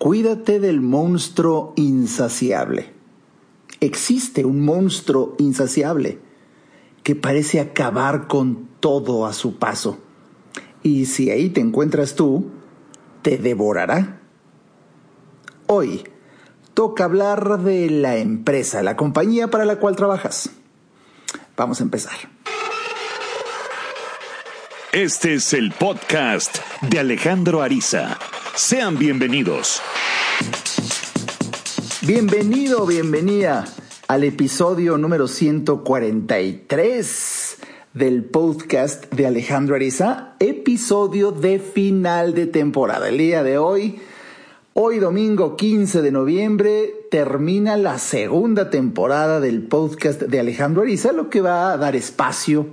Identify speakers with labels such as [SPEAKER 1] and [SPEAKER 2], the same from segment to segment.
[SPEAKER 1] Cuídate del monstruo insaciable. Existe un monstruo insaciable que parece acabar con todo a su paso. Y si ahí te encuentras tú, te devorará. Hoy toca hablar de la empresa, la compañía para la cual trabajas. Vamos a empezar.
[SPEAKER 2] Este es el podcast de Alejandro Ariza. Sean bienvenidos.
[SPEAKER 1] Bienvenido, bienvenida al episodio número 143 del podcast de Alejandro Ariza, episodio de final de temporada. El día de hoy domingo 15 de noviembre, termina la segunda temporada del podcast de Alejandro Ariza, lo que va a dar espacio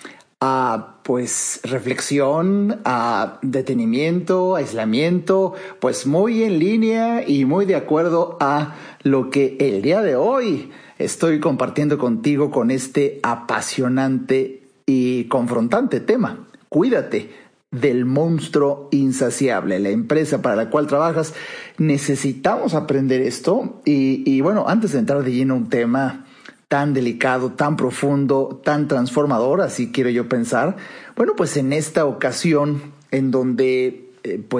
[SPEAKER 1] a reflexión, a detenimiento, a aislamiento, muy en línea y muy de acuerdo a lo que el día de hoy estoy compartiendo contigo con este apasionante y confrontante tema. Cuídate del monstruo insaciable, la empresa para la cual trabajas. Necesitamos aprender esto y antes de entrar de lleno a un tema tan delicado, tan profundo, tan transformador, así quiero yo pensar. En esta ocasión en donde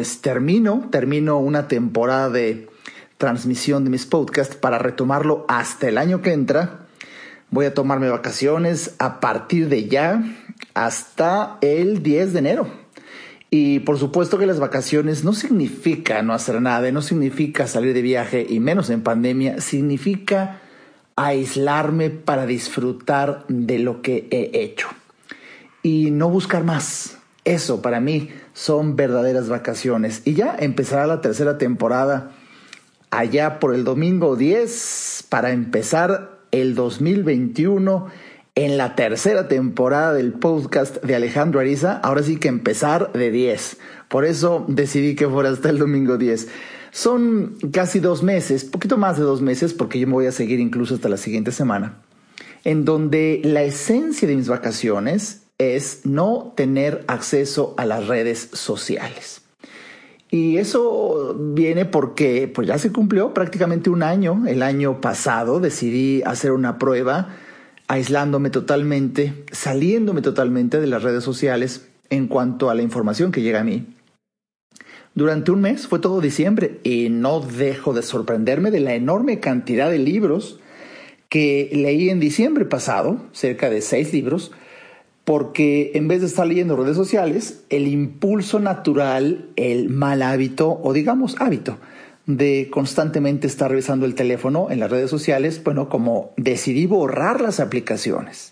[SPEAKER 1] termino una temporada de transmisión de mis podcasts para retomarlo hasta el año que entra. Voy a tomarme vacaciones a partir de ya hasta el 10 de enero. Y por supuesto que las vacaciones no significa no hacer nada, no significa salir de viaje y menos en pandemia, significa aislarme para disfrutar de lo que he hecho y no buscar más. Eso para mí son verdaderas vacaciones. Y ya empezará la tercera temporada allá por el domingo 10 para empezar el 2021 en la tercera temporada del podcast de Alejandro Ariza. Ahora sí que empezar de 10. Por eso decidí que fuera hasta el domingo 10. Son casi 2 meses, poquito más de 2 meses, porque yo me voy a seguir incluso hasta la siguiente semana, en donde la esencia de mis vacaciones es no tener acceso a las redes sociales. Y eso viene porque ya se cumplió prácticamente un año. El año pasado decidí hacer una prueba aislándome totalmente, saliéndome totalmente de las redes sociales en cuanto a la información que llega a mí. Durante un mes, fue todo diciembre, y no dejo de sorprenderme de la enorme cantidad de libros que leí en diciembre pasado, cerca de 6 libros, porque en vez de estar leyendo redes sociales, el impulso natural, el mal hábito, o digamos hábito, de constantemente estar revisando el teléfono en las redes sociales, como decidí borrar las aplicaciones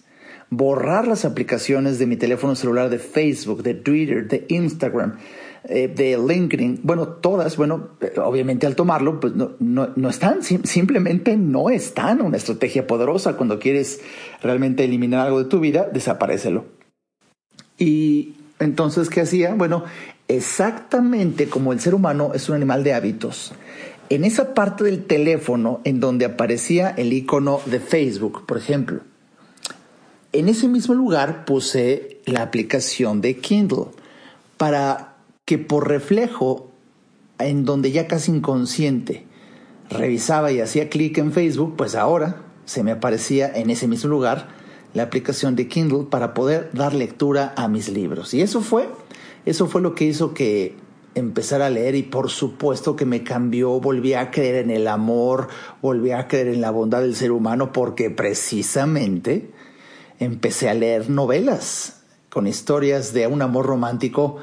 [SPEAKER 1] de mi teléfono celular, de Facebook, de Twitter, de Instagram, de LinkedIn, todas, obviamente al tomarlo, no están, simplemente no están. Una estrategia poderosa cuando quieres realmente eliminar algo de tu vida, desaparécelo. Y entonces, ¿qué hacía? Exactamente como el ser humano es un animal de hábitos, en esa parte del teléfono en donde aparecía el icono de Facebook, por ejemplo, en ese mismo lugar puse la aplicación de Kindle para que por reflejo, en donde ya casi inconsciente revisaba y hacía clic en Facebook, ahora se me aparecía en ese mismo lugar la aplicación de Kindle para poder dar lectura a mis libros. Y eso fue lo que hizo que empezara a leer, y por supuesto que me cambió. Volví a creer en el amor, volví a creer en la bondad del ser humano, porque precisamente empecé a leer novelas con historias de un amor romántico.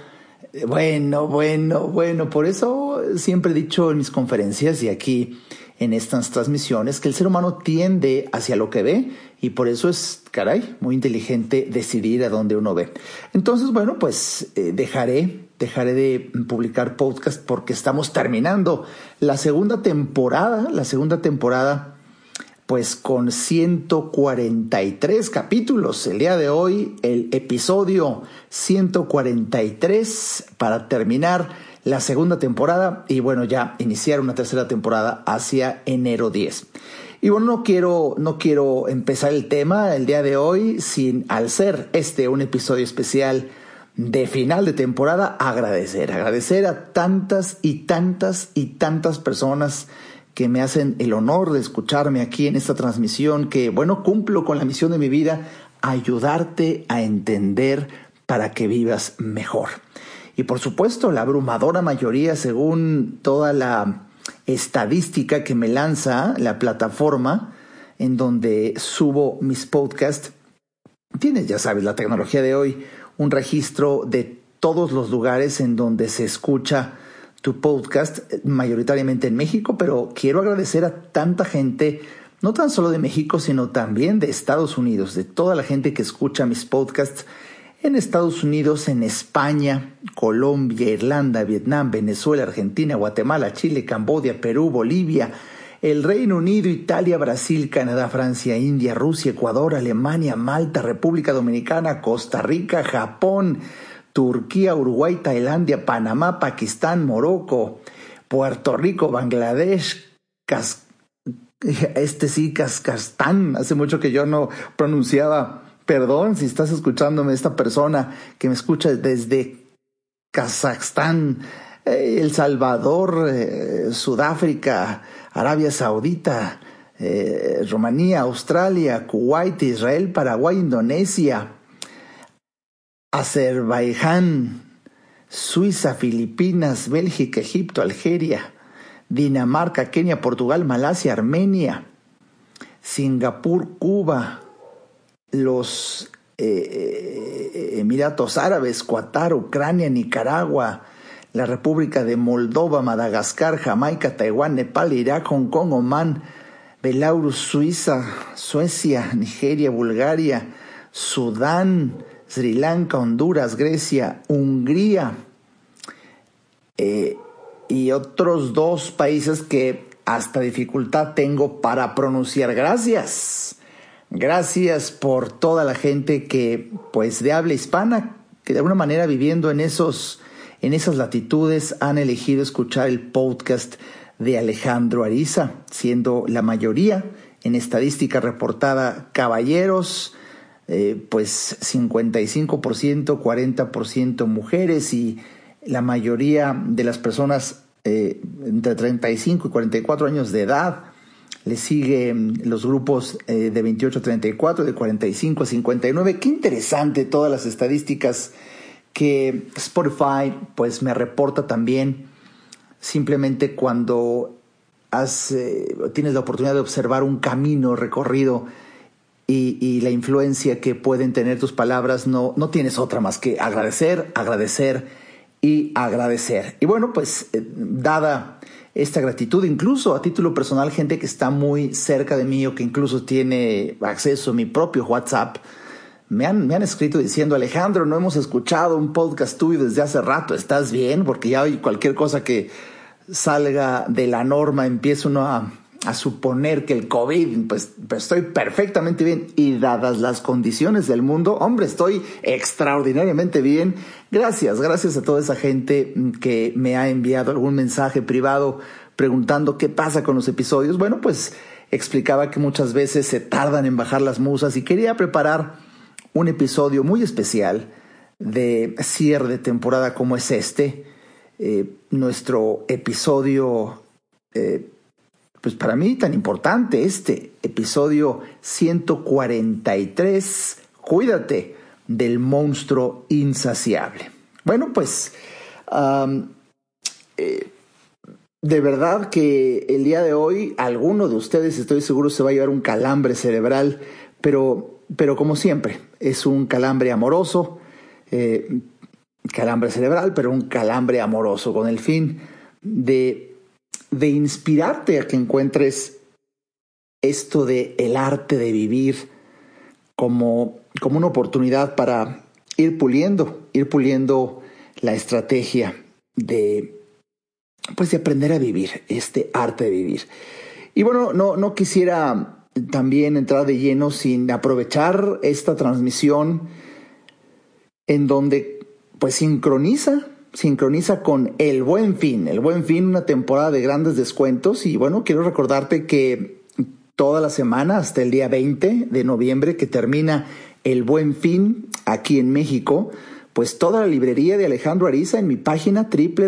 [SPEAKER 1] Por eso siempre he dicho en mis conferencias y aquí en estas transmisiones que el ser humano tiende hacia lo que ve, y por eso es, muy inteligente decidir a dónde uno ve. Entonces, dejaré de publicar podcast porque estamos terminando la segunda temporada, con 143 capítulos. El día de hoy, el episodio 143 para terminar la segunda temporada y ya iniciar una tercera temporada hacia enero 10. Y no quiero empezar el tema el día de hoy al ser un episodio especial de final de temporada, agradecer a tantas y tantas y tantas personas que me hacen el honor de escucharme aquí en esta transmisión, que cumplo con la misión de mi vida, ayudarte a entender para que vivas mejor. Y por supuesto, la abrumadora mayoría, según toda la estadística que me lanza la plataforma en donde subo mis podcasts, tienes, ya sabes, la tecnología de hoy, un registro de todos los lugares en donde se escucha tu podcast, mayoritariamente en México, pero quiero agradecer a tanta gente, no tan solo de México, sino también de Estados Unidos, de toda la gente que escucha mis podcasts en Estados Unidos, en España, Colombia, Irlanda, Vietnam, Venezuela, Argentina, Guatemala, Chile, Camboya, Perú, Bolivia, el Reino Unido, Italia, Brasil, Canadá, Francia, India, Rusia, Ecuador, Alemania, Malta, República Dominicana, Costa Rica, Japón, Turquía, Uruguay, Tailandia, Panamá, Pakistán, Morocco, Puerto Rico, Bangladesh, Kazajstán. Hace mucho que yo no pronunciaba. Perdón si estás escuchándome, esta persona que me escucha desde Kazajstán, El Salvador, Sudáfrica, Arabia Saudita, Rumanía, Australia, Kuwait, Israel, Paraguay, Indonesia, Azerbaiyán, Suiza, Filipinas, Bélgica, Egipto, Algeria, Dinamarca, Kenia, Portugal, Malasia, Armenia, Singapur, Cuba, los Emiratos Árabes, Qatar, Ucrania, Nicaragua, la República de Moldova, Madagascar, Jamaica, Taiwán, Nepal, Irak, Hong Kong, Omán, Belarus, Suiza, Suecia, Nigeria, Bulgaria, Sudán, Sri Lanka, Honduras, Grecia, Hungría y otros 2 países que hasta dificultad tengo para pronunciar. Gracias por toda la gente que, pues, de habla hispana, que de alguna manera viviendo en esas latitudes han elegido escuchar el podcast de Alejandro Ariza, siendo la mayoría en estadística reportada caballeros, pues 55%, 40% mujeres, y la mayoría de las personas entre 35 y 44 años de edad. Le siguen los grupos de 28 a 34, de 45 a 59. Qué interesante todas las estadísticas que Spotify pues me reporta también, simplemente cuando tienes la oportunidad de observar un camino recorrido y la influencia que pueden tener tus palabras. No tienes otra más que agradecer y agradecer. Y bueno, pues dada esta gratitud, incluso a título personal, gente que está muy cerca de mí o que incluso tiene acceso a mi propio WhatsApp, me han escrito diciendo: Alejandro, no hemos escuchado un podcast tuyo desde hace rato, ¿estás bien? Porque ya hoy cualquier cosa que salga de la norma empieza uno a suponer que el COVID, pues estoy perfectamente bien, y dadas las condiciones del mundo, hombre, estoy extraordinariamente bien. Gracias a toda esa gente que me ha enviado algún mensaje privado preguntando qué pasa con los episodios. Bueno, pues explicaba que muchas veces se tardan en bajar las musas y quería preparar un episodio muy especial de cierre de temporada como es nuestro episodio, pues para mí tan importante, este episodio 143, Cuídate del monstruo insaciable. Bueno, pues de verdad que el día de hoy alguno de ustedes, estoy seguro, se va a llevar un calambre cerebral, pero como siempre es un calambre amoroso, calambre cerebral, pero un calambre amoroso, con el fin de inspirarte a que encuentres esto de el arte de vivir como una oportunidad para ir puliendo la estrategia de aprender a vivir, este arte de vivir. Y bueno, no quisiera también entrar de lleno sin aprovechar esta transmisión en donde pues sincroniza con el Buen Fin, una temporada de grandes descuentos. Y bueno, quiero recordarte que toda la semana hasta el día 20 de noviembre, que termina el Buen Fin aquí en México, pues toda la librería de Alejandro Ariza en mi página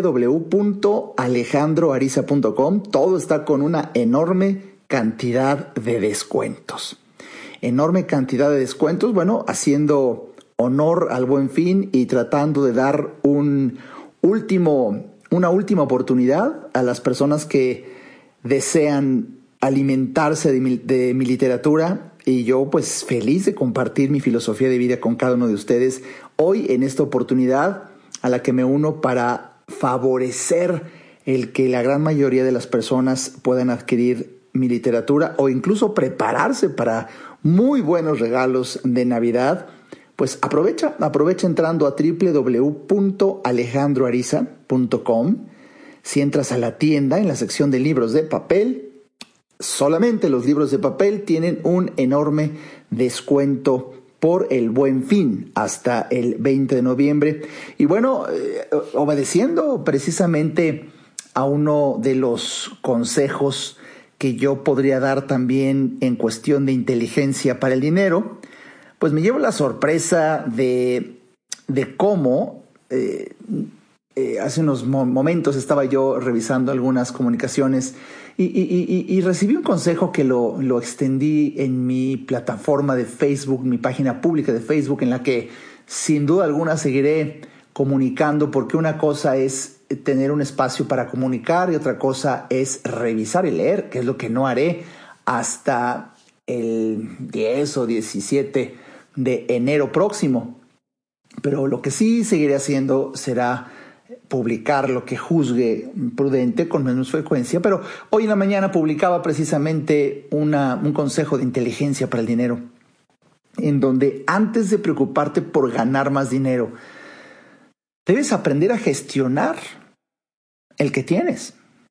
[SPEAKER 1] www.alejandroariza.com. Todo está con una enorme cantidad de descuentos. Enorme cantidad de descuentos, bueno, haciendo honor al Buen Fin y tratando de dar una última oportunidad a las personas que desean alimentarse de mi literatura, y yo pues feliz de compartir mi filosofía de vida con cada uno de ustedes hoy en esta oportunidad a la que me uno para favorecer el que la gran mayoría de las personas puedan adquirir mi literatura o incluso prepararse para muy buenos regalos de Navidad. Pues aprovecha entrando a www.alejandroariza.com. Si entras a la tienda en la sección de libros de papel, solamente los libros de papel tienen un enorme descuento por el Buen Fin hasta el 20 de noviembre. Y bueno, obedeciendo precisamente a uno de los consejos que yo podría dar también en cuestión de inteligencia para el dinero, pues me llevo la sorpresa de cómo hace unos momentos estaba yo revisando algunas comunicaciones y recibí un consejo que lo extendí en mi plataforma de Facebook, mi página pública de Facebook, en la que sin duda alguna seguiré comunicando, porque una cosa es tener un espacio para comunicar y otra cosa es revisar y leer, que es lo que no haré hasta el 10 o 17 de enero próximo. Pero lo que sí seguiré haciendo será publicar lo que juzgue prudente con menos frecuencia. Pero hoy en la mañana publicaba precisamente un consejo de inteligencia para el dinero, en donde antes de preocuparte por ganar más dinero, debes aprender a gestionar el que tienes.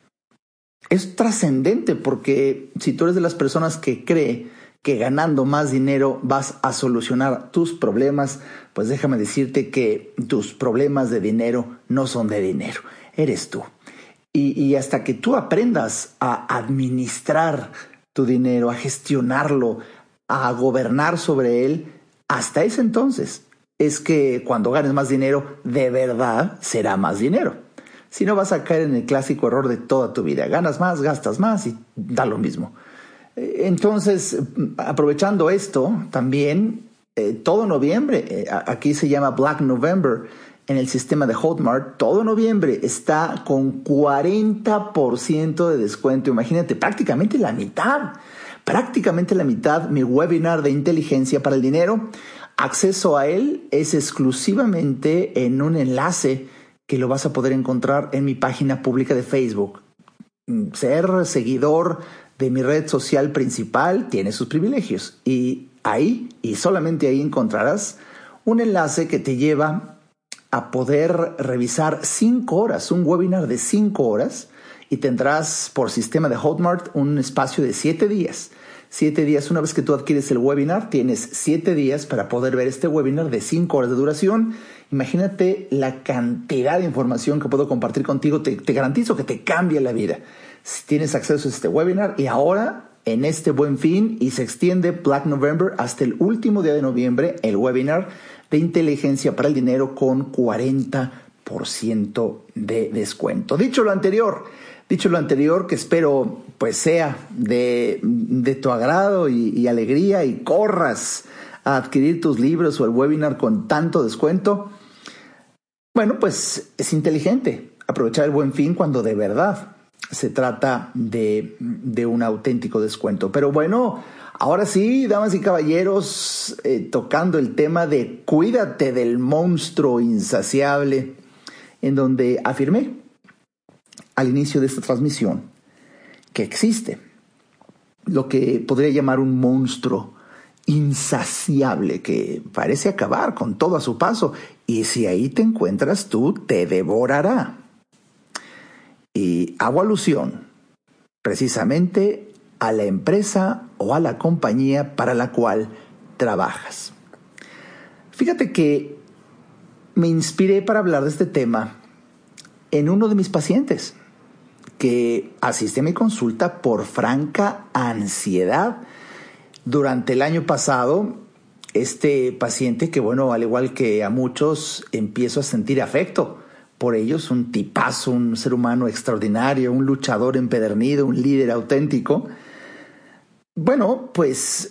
[SPEAKER 1] Es trascendente, porque si tú eres de las personas que cree que ganando más dinero vas a solucionar tus problemas, pues déjame decirte que tus problemas de dinero no son de dinero, eres tú. Y hasta que tú aprendas a administrar tu dinero, a gestionarlo, a gobernar sobre él, hasta ese entonces es que cuando ganes más dinero, de verdad será más dinero. Si no, vas a caer en el clásico error de toda tu vida. Ganas más, gastas más y da lo mismo. Entonces, aprovechando esto, también todo noviembre, aquí se llama Black November en el sistema de Hotmart, todo noviembre está con 40% de descuento. Imagínate, prácticamente la mitad, mi webinar de inteligencia para el dinero. Acceso a él es exclusivamente en un enlace que lo vas a poder encontrar en mi página pública de Facebook. Ser seguidor de mi red social principal tiene sus privilegios, y ahí y solamente ahí encontrarás un enlace que te lleva a poder revisar 5 horas, un webinar de 5 horas, y tendrás por sistema de Hotmart un espacio de 7 días. 7 días, una vez que tú adquieres el webinar, tienes 7 días para poder ver este webinar de 5 horas de duración. Imagínate la cantidad de información que puedo compartir contigo. Te garantizo que te cambia la vida si tienes acceso a este webinar. Y ahora, en este Buen Fin, y se extiende Black November hasta el último día de noviembre, el webinar de inteligencia para el dinero con 40% de descuento. Dicho lo anterior, que espero pues sea de tu agrado y alegría, y corras a adquirir tus libros o el webinar con tanto descuento, bueno, pues es inteligente aprovechar el Buen Fin cuando de verdad se trata de un auténtico descuento. Pero bueno, ahora sí, damas y caballeros, tocando el tema de cuídate del monstruo insaciable, en donde afirmé al inicio de esta transmisión que existe lo que podría llamar un monstruo insaciable que parece acabar con todo a su paso, y si ahí te encuentras tú, te devorará. Y hago alusión precisamente a la empresa o a la compañía para la cual trabajas. Fíjate que me inspiré para hablar de este tema en uno de mis pacientes, que asiste a mi consulta por franca ansiedad. Durante el año pasado este paciente que, bueno, al igual que a muchos, empiezo a sentir afecto por ellos, un tipazo, un ser humano extraordinario, un luchador empedernido, un líder auténtico. Bueno, pues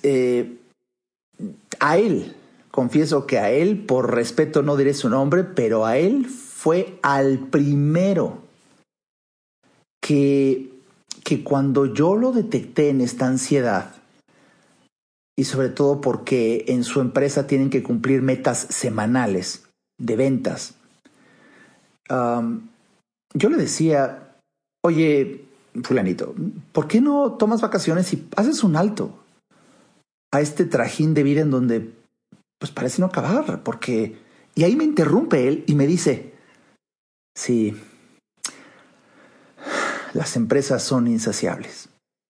[SPEAKER 1] a él, confieso que a él, por respeto no diré su nombre, pero a él fue al primero que cuando yo lo detecté en esta ansiedad, y sobre todo porque en su empresa tienen que cumplir metas semanales de ventas, yo le decía, oye, fulanito, ¿por qué no tomas vacaciones y haces un alto a este trajín de vida en donde pues parece no acabar? Porque... Y ahí me interrumpe él y me dice, sí, las empresas son insaciables.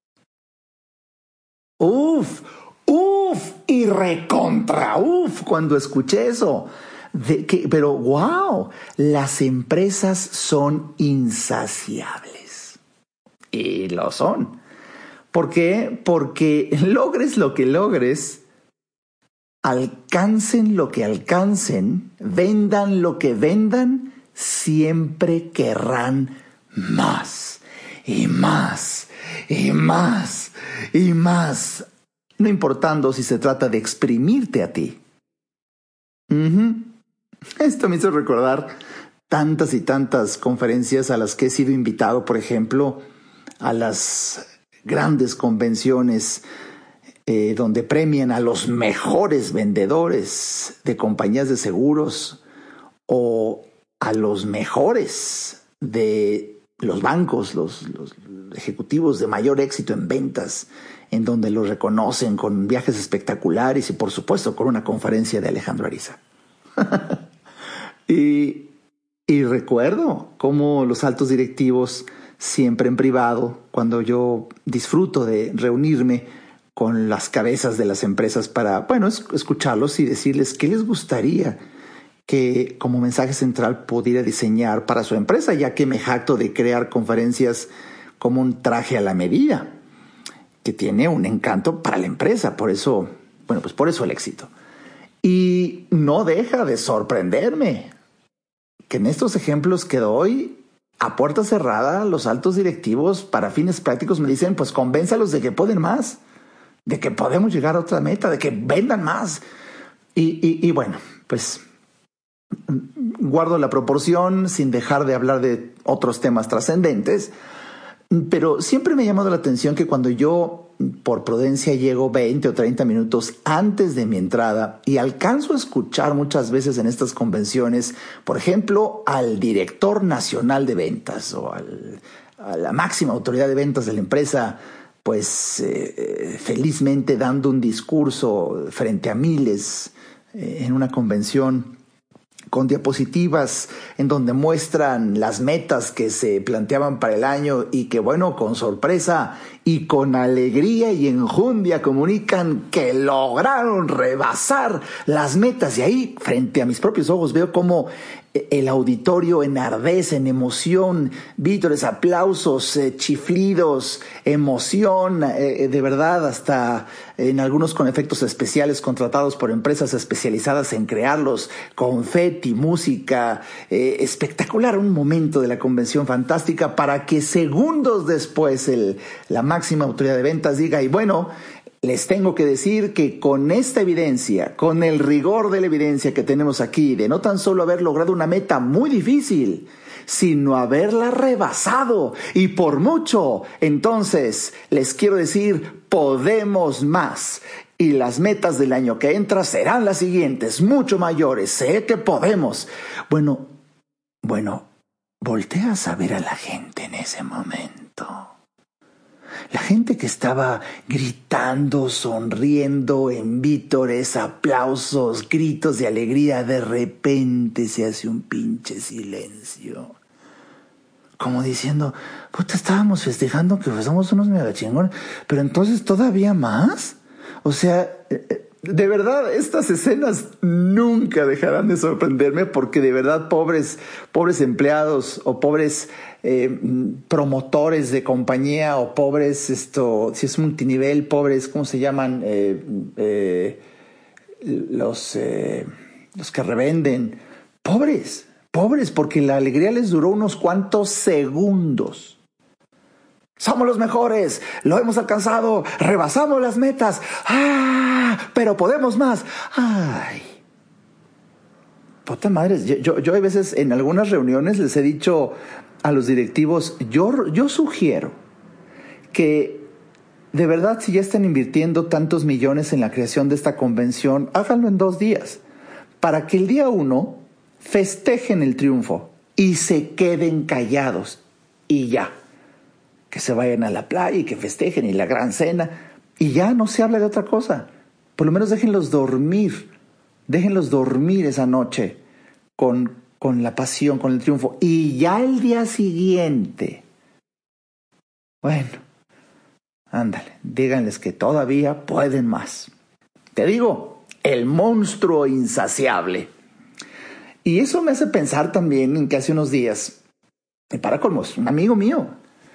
[SPEAKER 1] Uf, y recontra, cuando escuché eso. Pero wow, las empresas son insaciables. Y lo son. ¿Por qué? Porque logres lo que logres, alcancen lo que alcancen, vendan lo que vendan, siempre querrán más y más y más y más, no importando si se trata de exprimirte a ti. Esto me hizo recordar tantas y tantas conferencias a las que he sido invitado, por ejemplo, a las grandes convenciones donde premian a los mejores vendedores de compañías de seguros o a los mejores de los bancos, los ejecutivos de mayor éxito en ventas, en donde los reconocen con viajes espectaculares y por supuesto con una conferencia de Alejandro Ariza. y recuerdo cómo los altos directivos, siempre en privado, cuando yo disfruto de reunirme con las cabezas de las empresas para, bueno, escucharlos y decirles qué les gustaría que como mensaje central pudiera diseñar para su empresa, ya que me jacto de crear conferencias como un traje a la medida, que tiene un encanto para la empresa. Por eso, bueno, pues por eso el éxito. Y no deja de sorprenderme que en estos ejemplos que doy, a puerta cerrada, los altos directivos para fines prácticos me dicen, pues convénzalos de que pueden más, de que podemos llegar a otra meta, de que vendan más. Y bueno, pues guardo la proporción sin dejar de hablar de otros temas trascendentes, pero siempre me ha llamado la atención que cuando yo, por prudencia, llego 20 o 30 minutos antes de mi entrada y alcanzo a escuchar muchas veces en estas convenciones, por ejemplo, al director nacional de ventas o a la máxima autoridad de ventas de la empresa, pues felizmente dando un discurso frente a miles en una convención, con diapositivas en donde muestran las metas que se planteaban para el año y que, bueno, con sorpresa y con alegría y enjundia comunican que lograron rebasar las metas. Y ahí, frente a mis propios ojos, veo cómo el auditorio enardece en emoción, vítores, aplausos, chiflidos, emoción, de verdad, hasta en algunos con efectos especiales contratados por empresas especializadas en crearlos, confeti, música, espectacular, un momento de la convención fantástica para que segundos después la máxima autoridad de ventas diga, y bueno, les tengo que decir que con esta evidencia, con el rigor de la evidencia que tenemos aquí, de no tan solo haber logrado una meta muy difícil, sino haberla rebasado y por mucho, entonces les quiero decir, podemos más. Y las metas del año que entra serán las siguientes, mucho mayores. Sé que podemos. Bueno, volteas a ver a la gente en ese momento. La gente que estaba gritando, sonriendo, en vítores, aplausos, gritos de alegría, de repente se hace un pinche silencio. Como diciendo, puta, estábamos festejando que somos unos mega chingones, pero entonces todavía más. O sea, de verdad, estas escenas nunca dejarán de sorprenderme porque de verdad pobres empleados o pobres promotores de compañía o pobres, si es multinivel, pobres, ¿cómo se llaman? los que revenden, pobres, porque la alegría les duró unos cuantos segundos. Somos los mejores, lo hemos alcanzado, rebasamos las metas. ¡Ah! Pero podemos más. ¡Ay! Puta madre, yo a veces en algunas reuniones les he dicho a los directivos, yo sugiero que de verdad, si ya están invirtiendo tantos millones en la creación de esta convención, háganlo en 2 días, para que el día 1 festejen el triunfo y se queden callados y ya. Que se vayan a la playa y que festejen y la gran cena y ya no se habla de otra cosa. Por lo menos déjenlos dormir esa noche con la pasión, con el triunfo. Y ya el día siguiente, bueno, ándale, díganles que todavía pueden más. Te digo, el monstruo insaciable. Y eso me hace pensar también en que hace unos días, y para colmos, un amigo mío,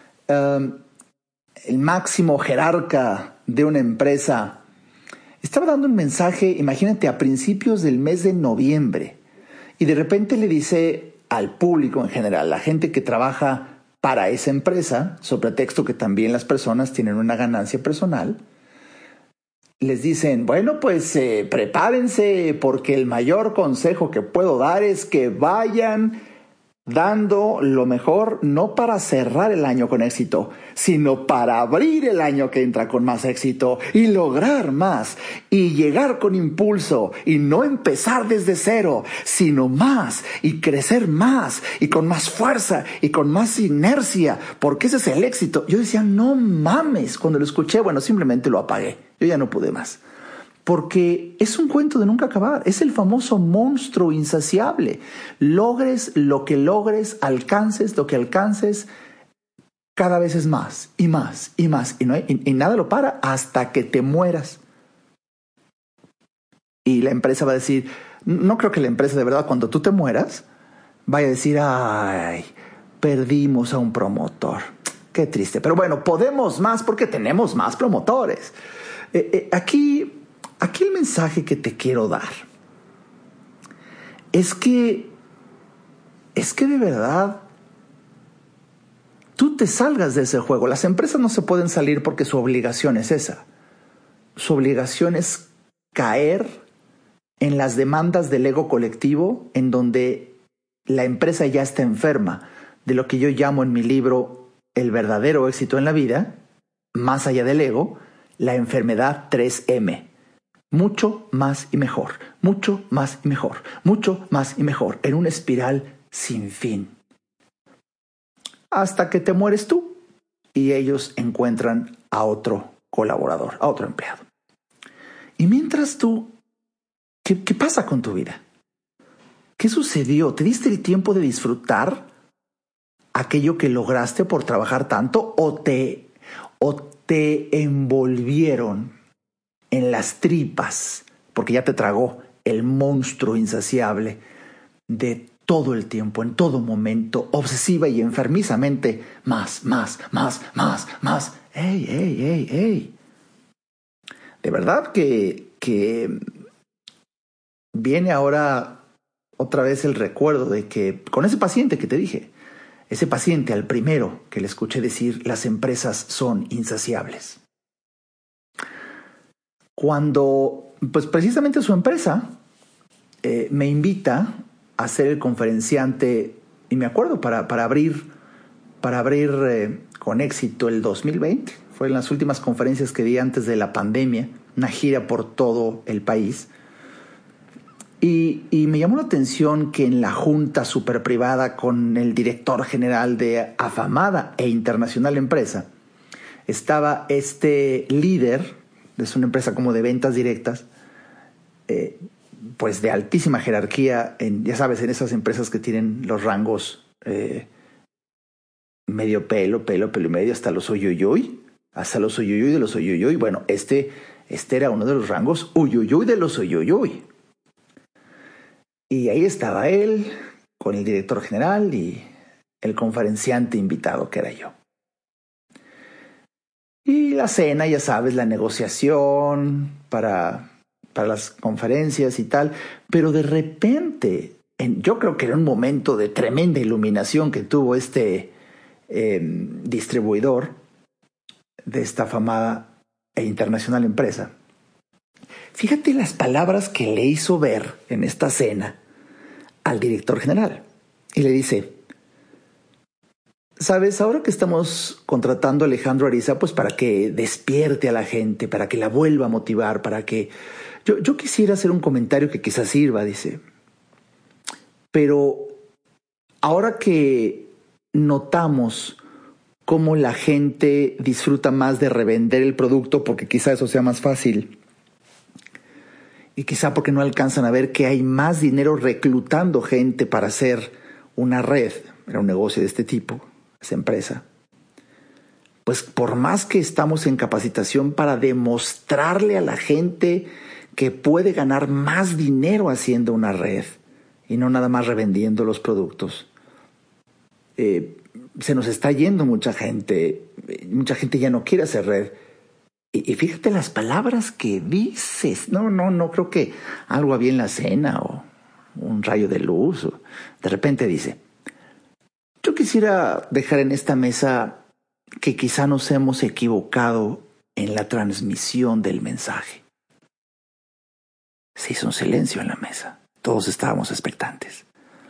[SPEAKER 1] el máximo jerarca de una empresa, estaba dando un mensaje, imagínate, a principios del mes de noviembre, y de repente le dice al público en general, la gente que trabaja para esa empresa, sobre pretexto que también las personas tienen una ganancia personal, les dicen, bueno, pues prepárense porque el mayor consejo que puedo dar es que vayan dando lo mejor, no para cerrar el año con éxito, sino para abrir el año que entra con más éxito y lograr más y llegar con impulso y no empezar desde cero, sino más y crecer más y con más fuerza y con más inercia, porque ese es el éxito. Yo decía, no mames, cuando lo escuché, bueno, simplemente lo apagué, yo ya no pude más. Porque es un cuento de nunca acabar. Es el famoso monstruo insaciable. Logres lo que logres, alcances lo que alcances, cada vez es más y más y más. Y nada lo para hasta que te mueras. Y la empresa va a decir, no creo que la empresa de verdad cuando tú te mueras vaya a decir, ay, perdimos a un promotor. Qué triste. Pero bueno, podemos más porque tenemos más promotores. Aquí el mensaje que te quiero dar es que de verdad tú te salgas de ese juego. Las empresas no se pueden salir porque su obligación es esa. Su obligación es caer en las demandas del ego colectivo, en donde la empresa ya está enferma de lo que yo llamo en mi libro el verdadero éxito en la vida, más allá del ego, la enfermedad 3M. Mucho más y mejor, mucho más y mejor, mucho más y mejor, en una espiral sin fin. Hasta que te mueres tú y ellos encuentran a otro colaborador, a otro empleado. Y mientras tú, ¿qué pasa con tu vida? ¿Qué sucedió? ¿Te diste el tiempo de disfrutar aquello que lograste por trabajar tanto o te envolvieron en las tripas, porque ya te tragó el monstruo insaciable de todo el tiempo, en todo momento, obsesiva y enfermizamente, más. ¡Ey! De verdad que viene ahora otra vez el recuerdo de que con ese paciente que te dije, ese paciente al primero que le escuché decir, las empresas son insaciables. Cuando, pues precisamente su empresa me invita a ser el conferenciante, y me acuerdo, para abrir con éxito el 2020, fue en las últimas conferencias que di antes de la pandemia, una gira por todo el país, y me llamó la atención que en la junta super privada con el director general de afamada e internacional empresa, estaba este líder. Es una empresa como de ventas directas, pues de altísima jerarquía, ya sabes, en esas empresas que tienen los rangos medio pelo y medio, hasta los uyuyuy de los uyuyuy. Bueno, este era uno de los rangos uyuyuy de los uyuyuy. Y ahí estaba él con el director general y el conferenciante invitado que era yo. Y la cena, ya sabes, la negociación para para las conferencias y tal, pero de repente, yo creo que era un momento de tremenda iluminación que tuvo este distribuidor de esta afamada e internacional empresa. Fíjate las palabras que le hizo ver en esta cena al director general. Y le dice: ¿sabes? Ahora que estamos contratando a Alejandro Ariza, pues para que despierte a la gente, para que la vuelva a motivar, para que... Yo quisiera hacer un comentario que quizás sirva, dice. Pero ahora que notamos cómo la gente disfruta más de revender el producto, porque quizá eso sea más fácil, y quizá porque no alcanzan a ver que hay más dinero reclutando gente para hacer una red, era un negocio de este tipo, esa empresa, pues por más que estamos en capacitación para demostrarle a la gente que puede ganar más dinero haciendo una red y no nada más revendiendo los productos, se nos está yendo mucha gente ya no quiere hacer red. Y fíjate las palabras que dices. No creo que algo había en la cena o un rayo de luz. De repente dice: yo quisiera dejar en esta mesa que quizá nos hemos equivocado en la transmisión del mensaje. Se hizo un silencio en la mesa. Todos estábamos expectantes.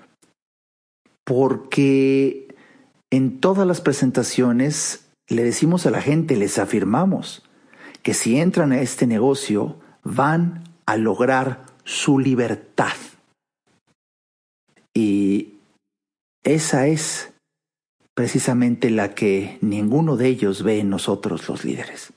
[SPEAKER 1] Porque en todas las presentaciones le decimos a la gente, les afirmamos que si entran a este negocio van a lograr su libertad. Y esa es precisamente la que ninguno de ellos ve en nosotros los líderes.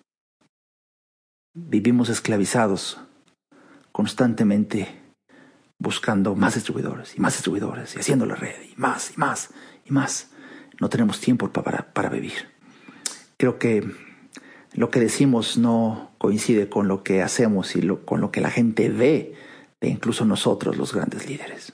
[SPEAKER 1] Vivimos esclavizados constantemente buscando más distribuidores y haciendo la red y más. No tenemos tiempo para vivir. Creo que lo que decimos no coincide con lo que hacemos y con lo que la gente ve de incluso nosotros, los grandes líderes.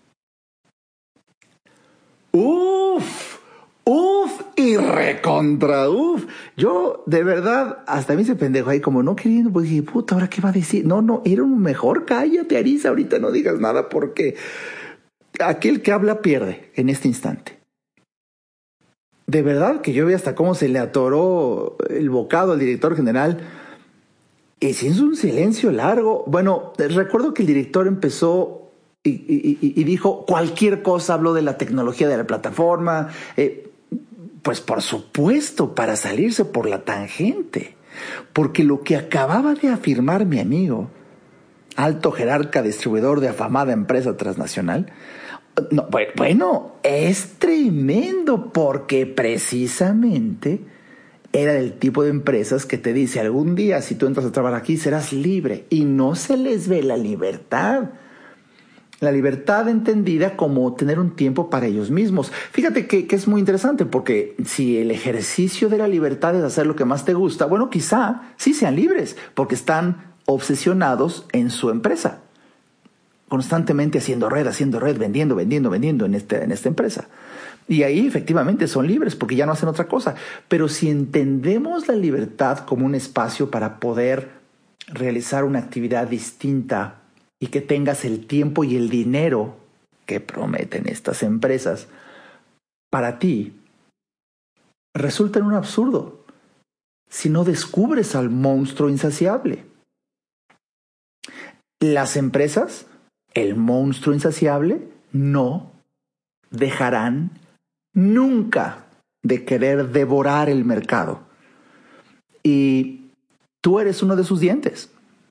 [SPEAKER 1] Y recontra Yo, de verdad, hasta me hice pendejo ahí como no queriendo, pues dije, puta, ¿ahora qué va a decir? No, era un mejor, cállate, Ariza, ahorita no digas nada porque aquel que habla pierde en este instante. De verdad que yo vi hasta cómo se le atoró el bocado al director general y se hizo un silencio largo. Bueno, recuerdo que el director empezó y dijo cualquier cosa, habló de la tecnología de la plataforma, pues por supuesto, para salirse por la tangente. Porque lo que acababa de afirmar mi amigo, alto jerarca distribuidor de afamada empresa transnacional, no, bueno, es tremendo porque precisamente era del tipo de empresas que te dice algún día si tú entras a trabajar aquí serás libre y no se les ve la libertad. La libertad entendida como tener un tiempo para ellos mismos. Fíjate que es muy interesante porque si el ejercicio de la libertad es hacer lo que más te gusta, bueno, quizá sí sean libres porque están obsesionados en su empresa. Constantemente haciendo red, vendiendo en esta empresa. Y ahí efectivamente son libres porque ya no hacen otra cosa. Pero si entendemos la libertad como un espacio para poder realizar una actividad distinta y que tengas el tiempo y el dinero que prometen estas empresas para ti, resulta en un absurdo si no descubres al monstruo insaciable. Las empresas, el monstruo insaciable, no dejarán nunca de querer devorar el mercado. Y tú eres uno de sus dientes.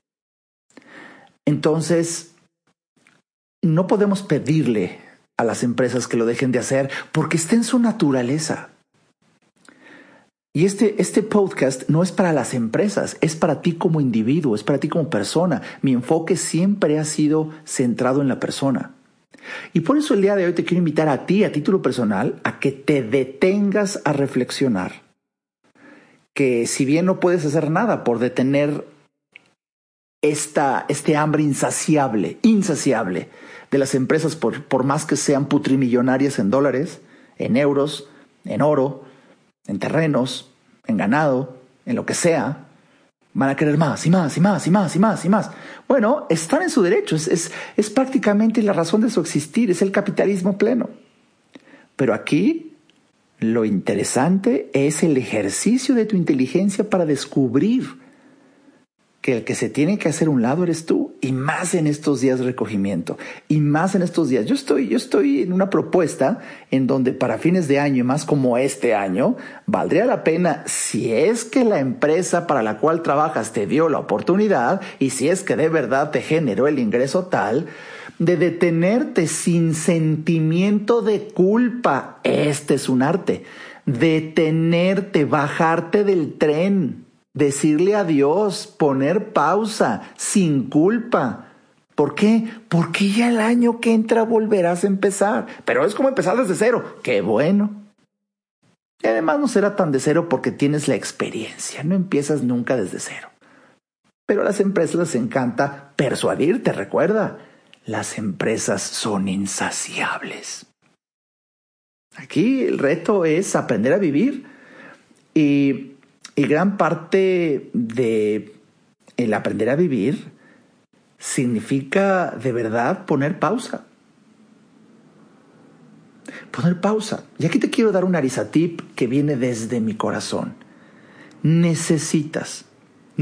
[SPEAKER 1] Entonces, no podemos pedirle a las empresas que lo dejen de hacer porque está en su naturaleza. Y este podcast no es para las empresas, es para ti como individuo, es para ti como persona. Mi enfoque siempre ha sido centrado en la persona. Y por eso el día de hoy te quiero invitar a ti, a título personal, a que te detengas a reflexionar. Que si bien no puedes hacer nada por detener este hambre insaciable de las empresas por más que sean putrimillonarias en dólares, en euros, en oro, en terrenos, en ganado, en lo que sea, Van a querer más y más y más y más y más y más. Bueno, están en su derecho, es prácticamente la razón de su existir, es el capitalismo pleno. Pero aquí lo interesante es el ejercicio de tu inteligencia para descubrir que el que se tiene que hacer a un lado eres tú, y más en estos días de recogimiento, y más en estos días. Yo estoy en una propuesta en donde para fines de año, y más como este año, valdría la pena, si es que la empresa para la cual trabajas te dio la oportunidad, y si es que de verdad te generó el ingreso tal, de detenerte sin sentimiento de culpa. Este es un arte. Detenerte, bajarte del tren, decirle adiós, poner pausa, sin culpa. ¿Por qué? Porque ya el año que entra volverás a empezar. Pero es como empezar desde cero. ¡Qué bueno! Y además no será tan de cero porque tienes la experiencia. No empiezas nunca desde cero. Pero a las empresas les encanta persuadirte, recuerda. Las empresas son insaciables. Aquí el reto es aprender a vivir. Y gran parte de el aprender a vivir significa de verdad poner pausa. Poner pausa. Y aquí te quiero dar un Arisa tip que viene desde mi corazón. Necesitas,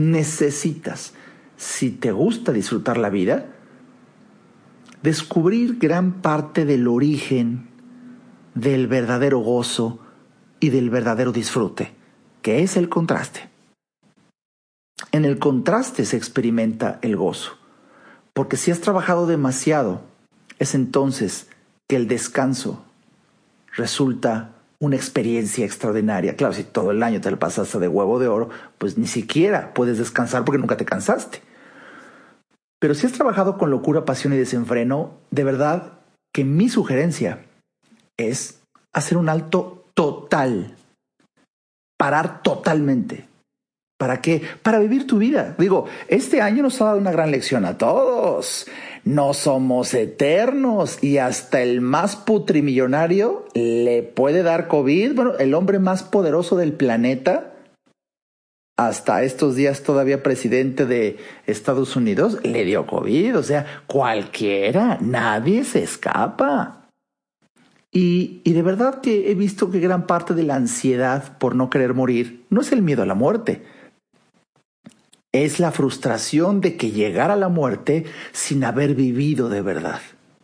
[SPEAKER 1] si te gusta disfrutar la vida, descubrir gran parte del origen del verdadero gozo y del verdadero disfrute, que es el contraste. En el contraste se experimenta el gozo, porque si has trabajado demasiado, es entonces que el descanso resulta una experiencia extraordinaria. Claro, si todo el año te lo pasaste de huevo de oro, pues ni siquiera puedes descansar porque nunca te cansaste. Pero si has trabajado con locura, pasión y desenfreno, de verdad que mi sugerencia es hacer un alto total. Parar totalmente. ¿Para qué? Para vivir tu vida. Digo, este año nos ha dado una gran lección a todos. No somos eternos y hasta el más putrimillonario le puede dar COVID. Bueno, el hombre más poderoso del planeta, hasta estos días todavía presidente de Estados Unidos, le dio COVID. O sea, cualquiera, nadie se escapa. Y de verdad que he visto que gran parte de la ansiedad por no querer morir no es el miedo a la muerte. Es la frustración de que llegara la muerte sin haber vivido de verdad.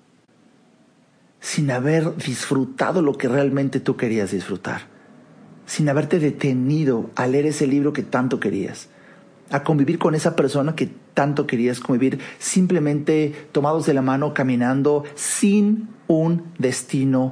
[SPEAKER 1] Sin haber disfrutado lo que realmente tú querías disfrutar. Sin haberte detenido a leer ese libro que tanto querías. A convivir con esa persona que tanto querías convivir, simplemente tomados de la mano, caminando sin un destino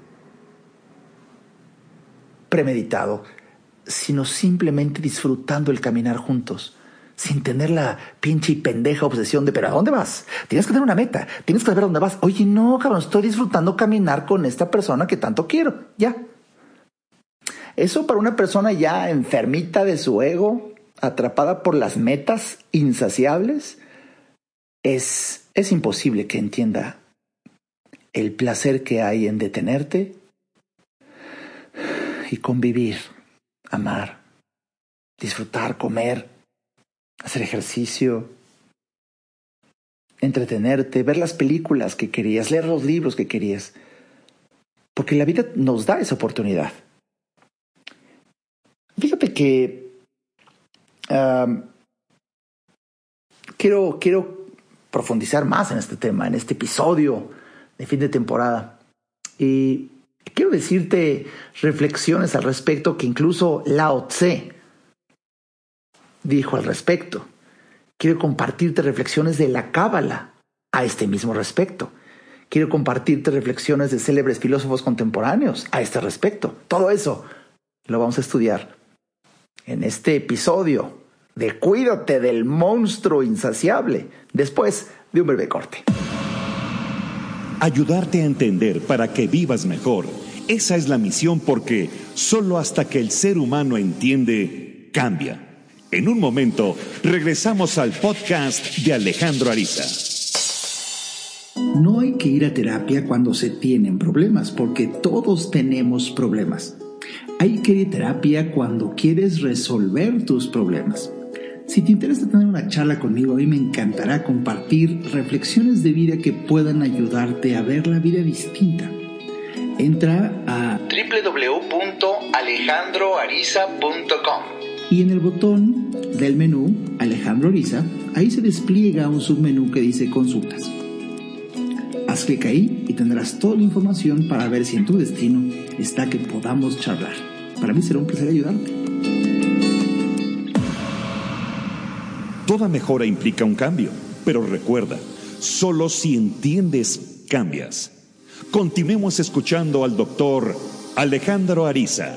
[SPEAKER 1] premeditado, sino simplemente disfrutando el caminar juntos, sin tener la pinche y pendeja obsesión de ¿pero a dónde vas? Tienes que tener una meta, tienes que saber a dónde vas. Oye, no, cabrón, estoy disfrutando caminar con esta persona que tanto quiero, ya. Eso para una persona ya enfermita de su ego, atrapada por las metas insaciables, es imposible que entienda el placer que hay en detenerte y convivir, amar, disfrutar, comer, hacer ejercicio, entretenerte, ver las películas que querías, leer los libros que querías. Porque la vida nos da esa oportunidad. Fíjate que quiero profundizar más en este tema, en este episodio de fin de temporada. Y quiero decirte reflexiones al respecto que incluso Lao Tse dijo al respecto. Quiero compartirte reflexiones de la Cábala a este mismo respecto. Quiero compartirte reflexiones de célebres filósofos contemporáneos a este respecto. Todo eso lo vamos a estudiar en este episodio de Cuídate del monstruo insaciable, después de un breve corte.
[SPEAKER 2] Ayudarte a entender para que vivas mejor. Esa es la misión, porque solo hasta que el ser humano entiende, cambia. En un momento, regresamos al podcast de Alejandro Ariza.
[SPEAKER 1] No hay que ir a terapia cuando se tienen problemas, porque todos tenemos problemas. Hay que ir a terapia cuando quieres resolver tus problemas. Si te interesa tener una charla conmigo, a mí me encantará compartir reflexiones de vida que puedan ayudarte a ver la vida distinta. Entra a www.alejandroariza.com y en el botón del menú Alejandro Ariza, ahí se despliega un submenú que dice Consultas. Haz clic ahí y tendrás toda la información para ver si en tu destino está que podamos charlar. Para mí será un placer ayudarte.
[SPEAKER 2] Toda mejora implica un cambio, pero recuerda, solo si entiendes, cambias. Continuemos escuchando al doctor Alejandro Ariza.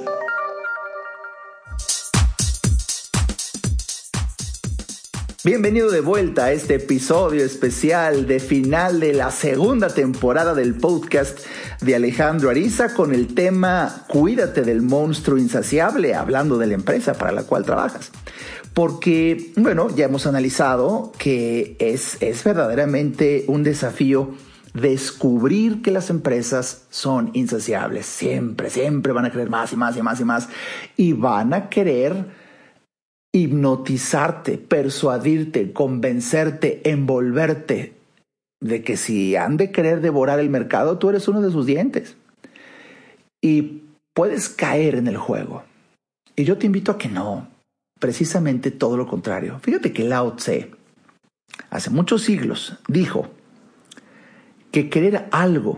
[SPEAKER 1] Bienvenido de vuelta a este episodio especial de final de la segunda temporada del podcast de Alejandro Ariza con el tema Cuídate del monstruo insaciable, hablando de la empresa para la cual trabajas. Porque, bueno, ya hemos analizado que es verdaderamente un desafío descubrir que las empresas son insaciables. Siempre van a querer más y más y más y más. Y van a querer hipnotizarte, persuadirte, convencerte, envolverte de que si han de querer devorar el mercado, tú eres uno de sus dientes. Y puedes caer en el juego. Y yo te invito a que no. Precisamente todo lo contrario. Fíjate que Lao Tse, hace muchos siglos, dijo que querer algo,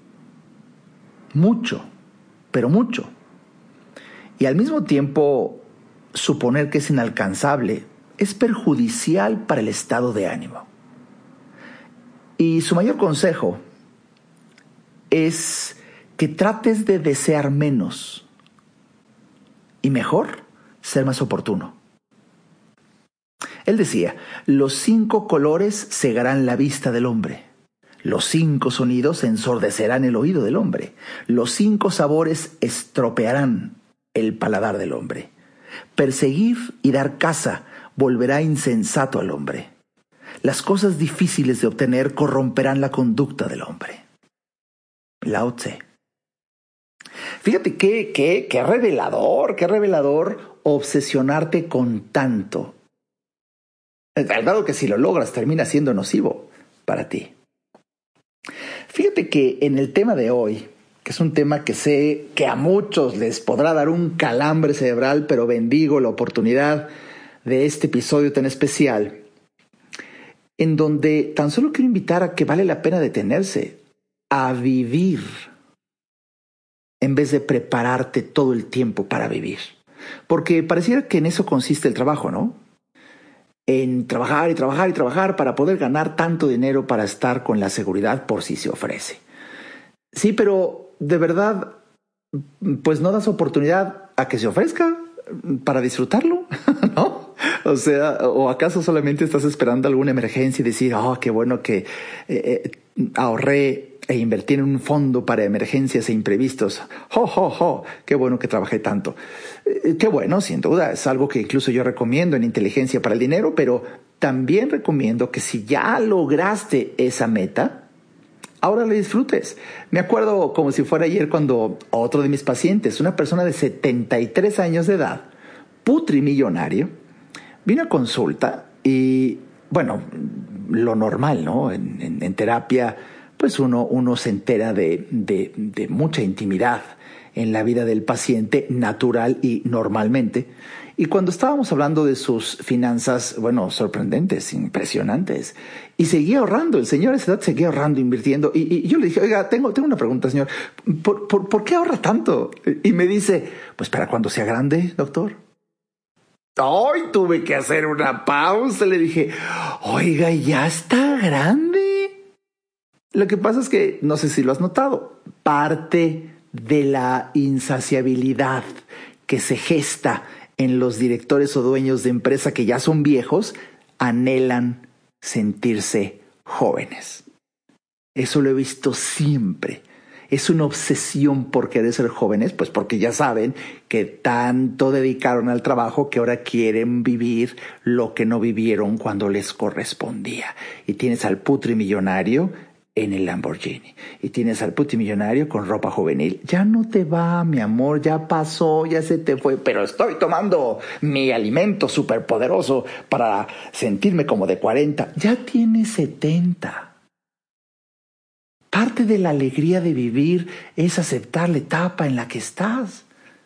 [SPEAKER 1] mucho, pero mucho, y al mismo tiempo suponer que es inalcanzable, es perjudicial para el estado de ánimo. Y su mayor consejo es que trates de desear menos y mejor ser más oportuno. Él decía, los 5 colores cegarán la vista del hombre. Los 5 sonidos ensordecerán el oído del hombre. Los 5 sabores estropearán el paladar del hombre. Perseguir y dar caza volverá insensato al hombre. Las cosas difíciles de obtener corromperán la conducta del hombre. Lao Tse. Fíjate qué revelador obsesionarte con tanto. Al grado que si lo logras termina siendo nocivo para ti. Fíjate que en el tema de hoy, que es un tema que sé que a muchos les podrá dar un calambre cerebral, pero bendigo la oportunidad de este episodio tan especial, en donde tan solo quiero invitar a que vale la pena detenerse a vivir en vez de prepararte todo el tiempo para vivir. Porque pareciera que en eso consiste el trabajo, ¿no? En trabajar y trabajar y trabajar para poder ganar tanto dinero para estar con la seguridad por si se ofrece. Sí, pero de verdad, pues no das oportunidad a que se ofrezca para disfrutarlo, ¿no? O sea, ¿o acaso solamente estás esperando alguna emergencia y decir, qué bueno que ahorré e invertí en un fondo para emergencias e imprevistos? Qué bueno que trabajé tanto. Qué bueno, sin duda, es algo que incluso yo recomiendo en Inteligencia para el Dinero, pero también recomiendo que si ya lograste esa meta, ahora la disfrutes. Me acuerdo como si fuera ayer cuando otro de mis pacientes, una persona de 73 años de edad, putrimillonario, vino a consulta y, bueno, lo normal, ¿no? En terapia, pues uno se entera de mucha intimidad en la vida del paciente, natural y normalmente. Y cuando estábamos hablando de sus finanzas, bueno, sorprendentes, impresionantes, y seguía ahorrando, el señor a esa edad seguía ahorrando, invirtiendo, y yo le dije, oiga, tengo una pregunta, señor, ¿por qué ahorra tanto? Y me dice, pues para cuando sea grande, doctor. Hoy tuve que hacer una pausa, le dije, oiga, ya está grande. Lo que pasa es que, no sé si lo has notado, parte de la insaciabilidad que se gesta en los directores o dueños de empresa que ya son viejos, anhelan sentirse jóvenes. Eso lo he visto siempre. Es una obsesión por querer ser jóvenes, pues porque ya saben que tanto dedicaron al trabajo que ahora quieren vivir lo que no vivieron cuando les correspondía. Y tienes al putrimillonario en el Lamborghini. Y tienes al putimillonario con ropa juvenil. Ya no te va, mi amor, ya pasó, ya se te fue. Pero estoy tomando mi alimento superpoderoso para sentirme como de 40. Ya tienes 70. Parte de la alegría de vivir es aceptar la etapa en la que estás.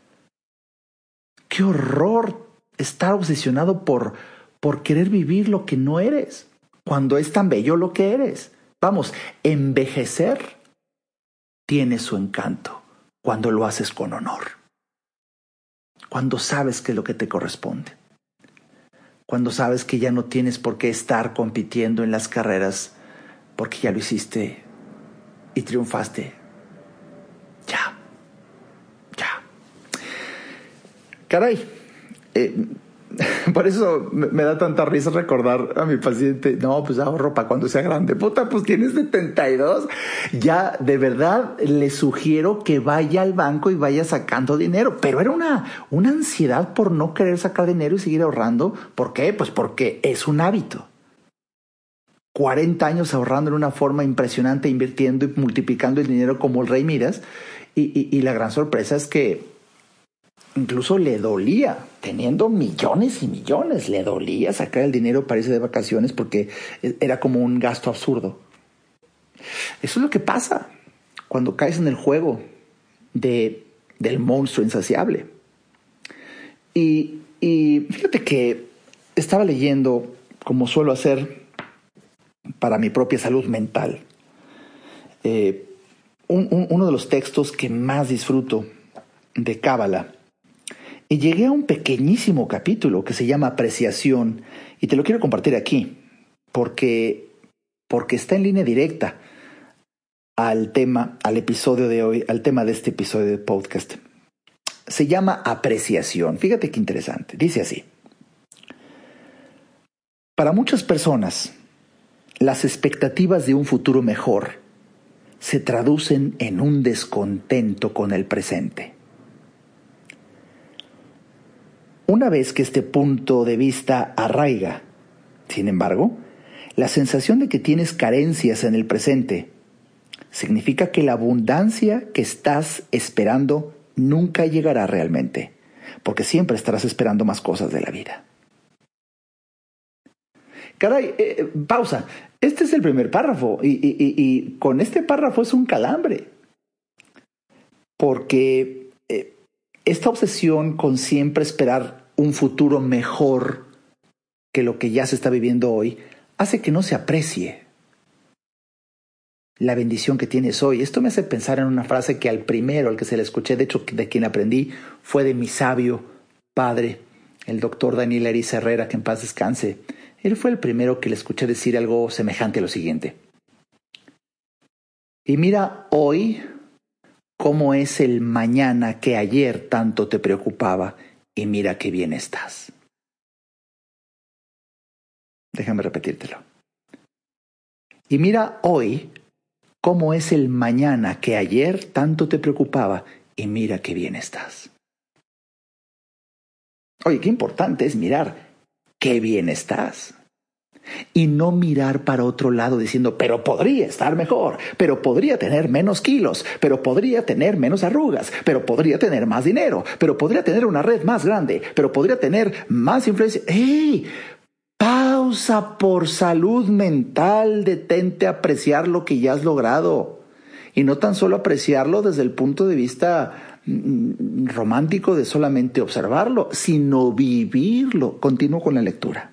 [SPEAKER 1] Qué horror estar obsesionado por querer vivir lo que no eres, cuando es tan bello lo que eres. Vamos, envejecer tiene su encanto cuando lo haces con honor. Cuando sabes que es lo que te corresponde. Cuando sabes que ya no tienes por qué estar compitiendo en las carreras porque ya lo hiciste y triunfaste. Ya. Caray. Por eso me da tanta risa recordar a mi paciente. No, pues ahorro para cuando sea grande. Puta, pues tienes 72. Ya, de verdad, le sugiero que vaya al banco y vaya sacando dinero. Pero era una ansiedad por no querer sacar dinero y seguir ahorrando. ¿Por qué? Pues porque es un hábito. 40 años ahorrando en una forma impresionante, invirtiendo y multiplicando el dinero como el rey Midas. Y la gran sorpresa es que incluso le dolía, teniendo millones y millones, le dolía sacar el dinero para irse de vacaciones porque era como un gasto absurdo. Eso es lo que pasa cuando caes en el juego del monstruo insaciable. Y fíjate que estaba leyendo, como suelo hacer para mi propia salud mental, uno de los textos que más disfruto de Cábala. Y llegué a un pequeñísimo capítulo que se llama Apreciación, y te lo quiero compartir aquí, porque está en línea directa al episodio de hoy, al tema de este episodio de podcast. Se llama Apreciación. Fíjate qué interesante. Dice así: para muchas personas, las expectativas de un futuro mejor se traducen en un descontento con el presente. Una vez que este punto de vista arraiga, sin embargo, la sensación de que tienes carencias en el presente significa que la abundancia que estás esperando nunca llegará realmente, porque siempre estarás esperando más cosas de la vida. Caray, pausa. Este es el primer párrafo y con este párrafo es un calambre, porque esta obsesión con siempre esperar un futuro mejor que lo que ya se está viviendo hoy hace que no se aprecie la bendición que tienes hoy. Esto me hace pensar en una frase que al que se la escuché, de hecho de quien aprendí, fue de mi sabio padre, el doctor Daniel Ariza Herrera, que en paz descanse. Él fue el primero que le escuché decir algo semejante a lo siguiente: y mira hoy cómo es el mañana que ayer tanto te preocupaba, y mira qué bien estás. Déjame repetírtelo. Y mira hoy cómo es el mañana que ayer tanto te preocupaba, y mira qué bien estás. Oye, qué importante es mirar qué bien estás. Y no mirar para otro lado diciendo, pero podría estar mejor, pero podría tener menos kilos, pero podría tener menos arrugas, pero podría tener más dinero, pero podría tener una red más grande, pero podría tener más influencia. ¡Ey! Pausa por salud mental, detente a apreciar lo que ya has logrado. Y no tan solo apreciarlo desde el punto de vista romántico de solamente observarlo, sino vivirlo. Continúo con la lectura.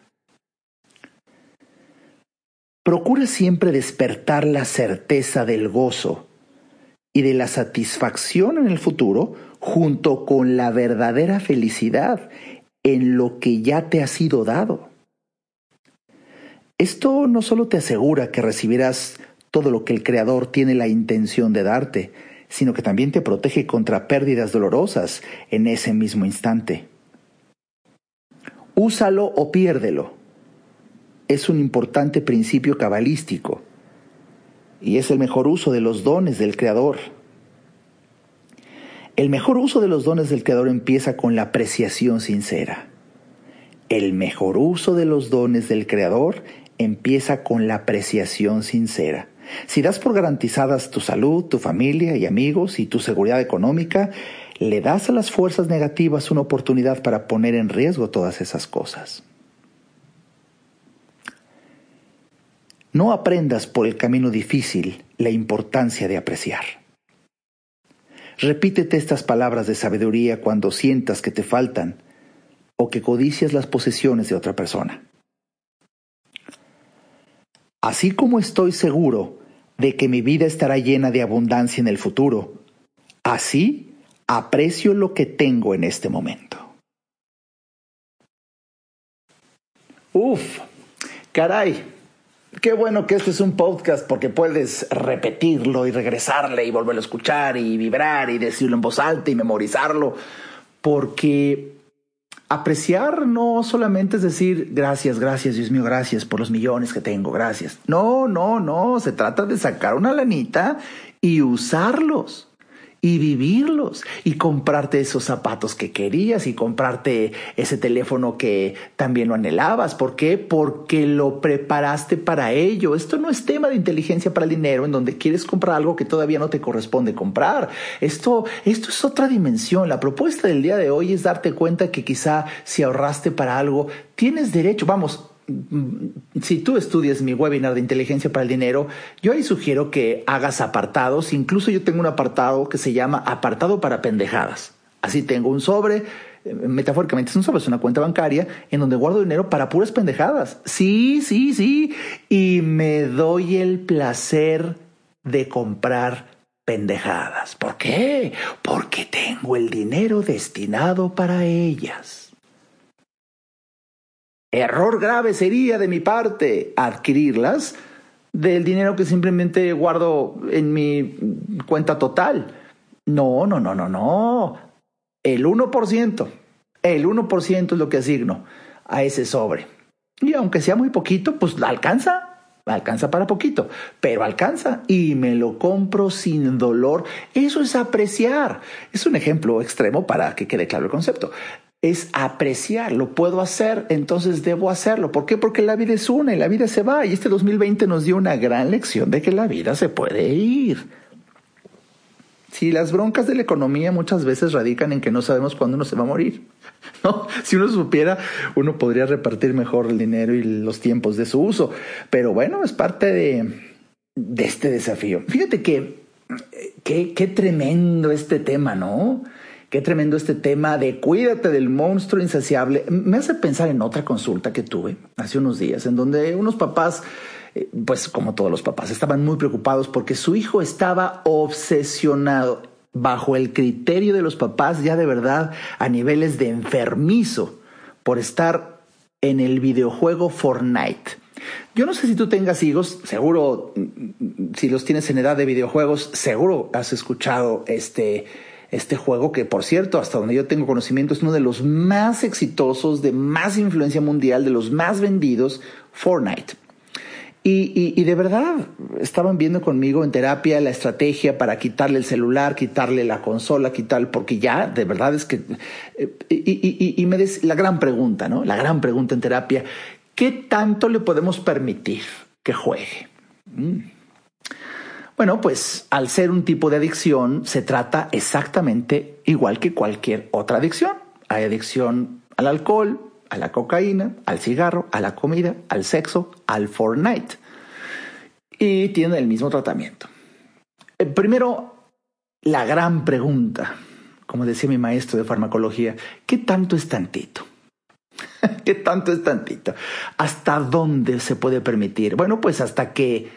[SPEAKER 1] Procura siempre despertar la certeza del gozo y de la satisfacción en el futuro junto con la verdadera felicidad en lo que ya te ha sido dado. Esto no solo te asegura que recibirás todo lo que el Creador tiene la intención de darte, sino que también te protege contra pérdidas dolorosas en ese mismo instante. Úsalo o piérdelo. Es un importante principio cabalístico y es el mejor uso de los dones del Creador. El mejor uso de los dones del Creador empieza con la apreciación sincera. El mejor uso de los dones del Creador empieza con la apreciación sincera. Si das por garantizadas tu salud, tu familia y amigos y tu seguridad económica, le das a las fuerzas negativas una oportunidad para poner en riesgo todas esas cosas. No aprendas por el camino difícil la importancia de apreciar. Repítete estas palabras de sabiduría cuando sientas que te faltan o que codicias las posesiones de otra persona. Así como estoy seguro de que mi vida estará llena de abundancia en el futuro, así aprecio lo que tengo en este momento. Caray, qué bueno que este es un podcast porque puedes repetirlo y regresarle y volverlo a escuchar y vibrar y decirlo en voz alta y memorizarlo, porque apreciar no solamente es decir gracias, Dios mío, gracias por los millones que tengo, gracias. No, se trata de sacar una lanita y usarlos y vivirlos y comprarte esos zapatos que querías y comprarte ese teléfono que también lo anhelabas. ¿Por qué? Porque lo preparaste para ello. Esto no es tema de inteligencia para el dinero en donde quieres comprar algo que todavía no te corresponde comprar. Esto es otra dimensión. La propuesta del día de hoy es darte cuenta que quizá si ahorraste para algo, tienes derecho. Vamos, si tú estudias mi webinar de inteligencia para el dinero, yo ahí sugiero que hagas apartados. Incluso yo tengo un apartado que se llama apartado para pendejadas. Así tengo un sobre, metafóricamente es un sobre, es una cuenta bancaria en donde guardo dinero para puras pendejadas. Sí. Y me doy el placer de comprar pendejadas. ¿Por qué? Porque tengo el dinero destinado para ellas. Error grave sería de mi parte adquirirlas del dinero que simplemente guardo en mi cuenta total. No. El 1% es lo que asigno a ese sobre. Y aunque sea muy poquito, pues alcanza para poquito, pero alcanza y me lo compro sin dolor. Eso es apreciar. Es un ejemplo extremo para que quede claro el concepto. Es apreciar, lo puedo hacer, entonces debo hacerlo. ¿Por qué? Porque la vida es una y la vida se va. Y este 2020 nos dio una gran lección de que la vida se puede ir. Si las broncas de la economía muchas veces radican en que no sabemos cuándo uno se va a morir, ¿no? Si uno supiera, uno podría repartir mejor el dinero y los tiempos de su uso. Pero bueno, es parte de este desafío. Fíjate qué tremendo este tema, ¿no? Qué tremendo este tema de cuídate del monstruo insaciable. Me hace pensar en otra consulta que tuve hace unos días, en donde unos papás, pues como todos los papás, estaban muy preocupados porque su hijo estaba obsesionado bajo el criterio de los papás ya de verdad a niveles de enfermizo por estar en el videojuego Fortnite. Yo no sé si tú tengas hijos, seguro, si los tienes en edad de videojuegos, seguro has escuchado este juego que, por cierto, hasta donde yo tengo conocimiento, es uno de los más exitosos, de más influencia mundial, de los más vendidos, Fortnite. Y de verdad estaban viendo conmigo en terapia la estrategia para quitarle el celular, quitarle la consola, porque ya de verdad es que... la gran pregunta, ¿no? La gran pregunta en terapia, ¿qué tanto le podemos permitir que juegue? Bueno, pues al ser un tipo de adicción se trata exactamente igual que cualquier otra adicción. Hay adicción al alcohol, a la cocaína, al cigarro, a la comida, al sexo, al Fortnite. Y tienen el mismo tratamiento. Primero, la gran pregunta, como decía mi maestro de farmacología, ¿qué tanto es tantito? ¿Qué tanto es tantito? ¿Hasta dónde se puede permitir? Bueno, pues hasta que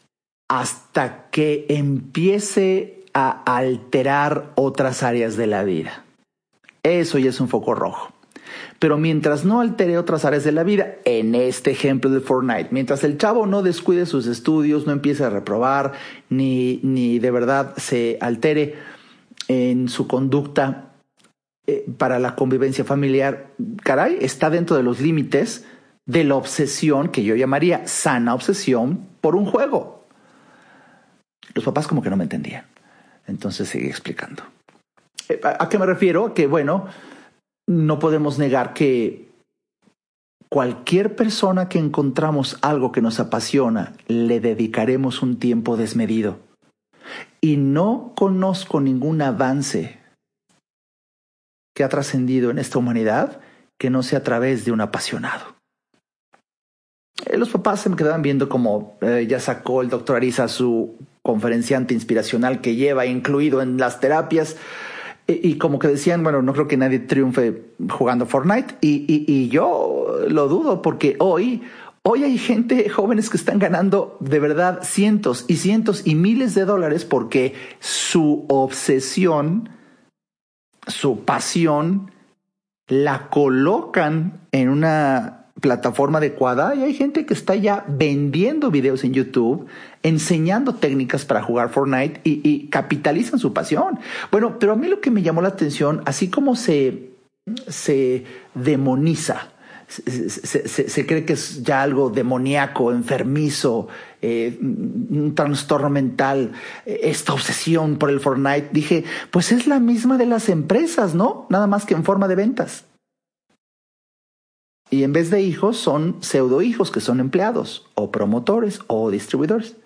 [SPEAKER 1] empiece a alterar otras áreas de la vida. Eso ya es un foco rojo. Pero mientras no altere otras áreas de la vida, en este ejemplo de Fortnite, mientras el chavo no descuide sus estudios, no empiece a reprobar, ni de verdad se altere en su conducta para la convivencia familiar, caray, está dentro de los límites de la obsesión que yo llamaría sana obsesión por un juego. Los papás como que no me entendían. Entonces seguí explicando. ¿A qué me refiero? Que bueno, no podemos negar que cualquier persona que encontramos algo que nos apasiona, le dedicaremos un tiempo desmedido. Y no conozco ningún avance que ha trascendido en esta humanidad que no sea a través de un apasionado. Los papás se me quedaban viendo como ya sacó el doctor Ariza su conferenciante inspiracional que lleva incluido en las terapias y como que decían, bueno, no creo que nadie triunfe jugando Fortnite y yo lo dudo porque hoy hay gente, jóvenes que están ganando de verdad cientos y miles de dólares porque su obsesión, su pasión, la colocan en una plataforma adecuada y hay gente que está ya vendiendo videos en YouTube, enseñando técnicas para jugar Fortnite y capitalizan su pasión. Bueno, pero a mí lo que me llamó la atención, así como se demoniza, se cree que es ya algo demoníaco, enfermizo, un trastorno mental, esta obsesión por el Fortnite, dije, pues es la misma de las empresas, ¿no? Nada más que en forma de ventas. Y en vez de hijos son pseudo hijos que son empleados o promotores o distribuidores.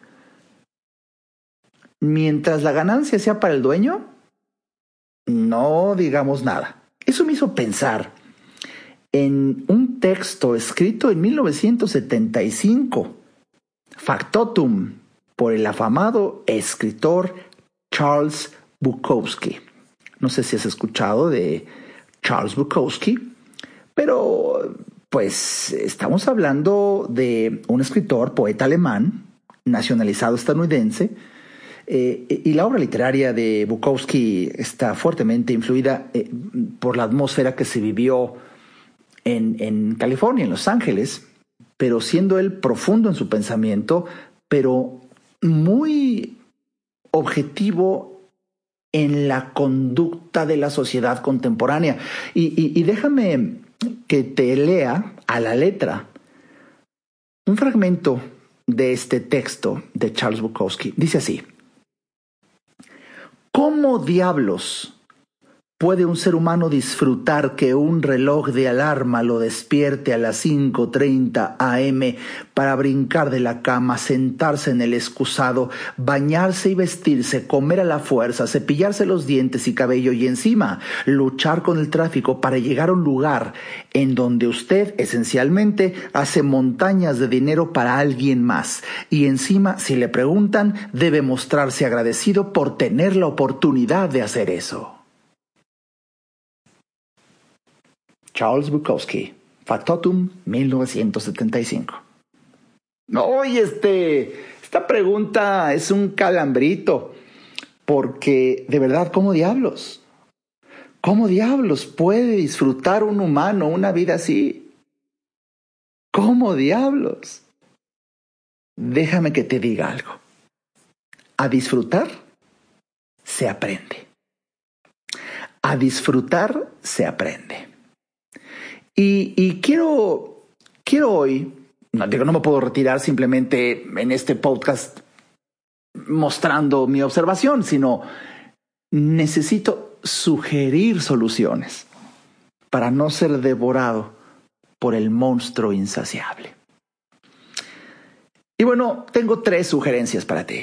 [SPEAKER 1] Mientras la ganancia sea para el dueño, no digamos nada. Eso me hizo pensar en un texto escrito en 1975, Factotum, por el afamado escritor Charles Bukowski. No sé si has escuchado de Charles Bukowski, pero pues estamos hablando de un escritor, poeta alemán, nacionalizado estadounidense, y la obra literaria de Bukowski está fuertemente influida por la atmósfera que se vivió en California, en Los Ángeles, pero siendo él profundo en su pensamiento, pero muy objetivo en la conducta de la sociedad contemporánea. Y déjame que te lea a la letra un fragmento de este texto de Charles Bukowski. Dice así: ¿cómo diablos puede un ser humano disfrutar que un reloj de alarma lo despierte a las 5:30 a.m. para brincar de la cama, sentarse en el excusado, bañarse y vestirse, comer a la fuerza, cepillarse los dientes y cabello y encima luchar con el tráfico para llegar a un lugar en donde usted esencialmente hace montañas de dinero para alguien más? Y encima, si le preguntan, debe mostrarse agradecido por tener la oportunidad de hacer eso. Charles Bukowski, Factotum, 1975. Oye, esta pregunta es un calambrito, porque de verdad, ¿cómo diablos puede disfrutar un humano una vida así? ¿Cómo diablos? Déjame que te diga algo. A disfrutar se aprende. A disfrutar se aprende. Y quiero hoy, no me puedo retirar simplemente en este podcast mostrando mi observación, sino necesito sugerir soluciones para no ser devorado por el monstruo insaciable. Y bueno, tengo 3 sugerencias para ti.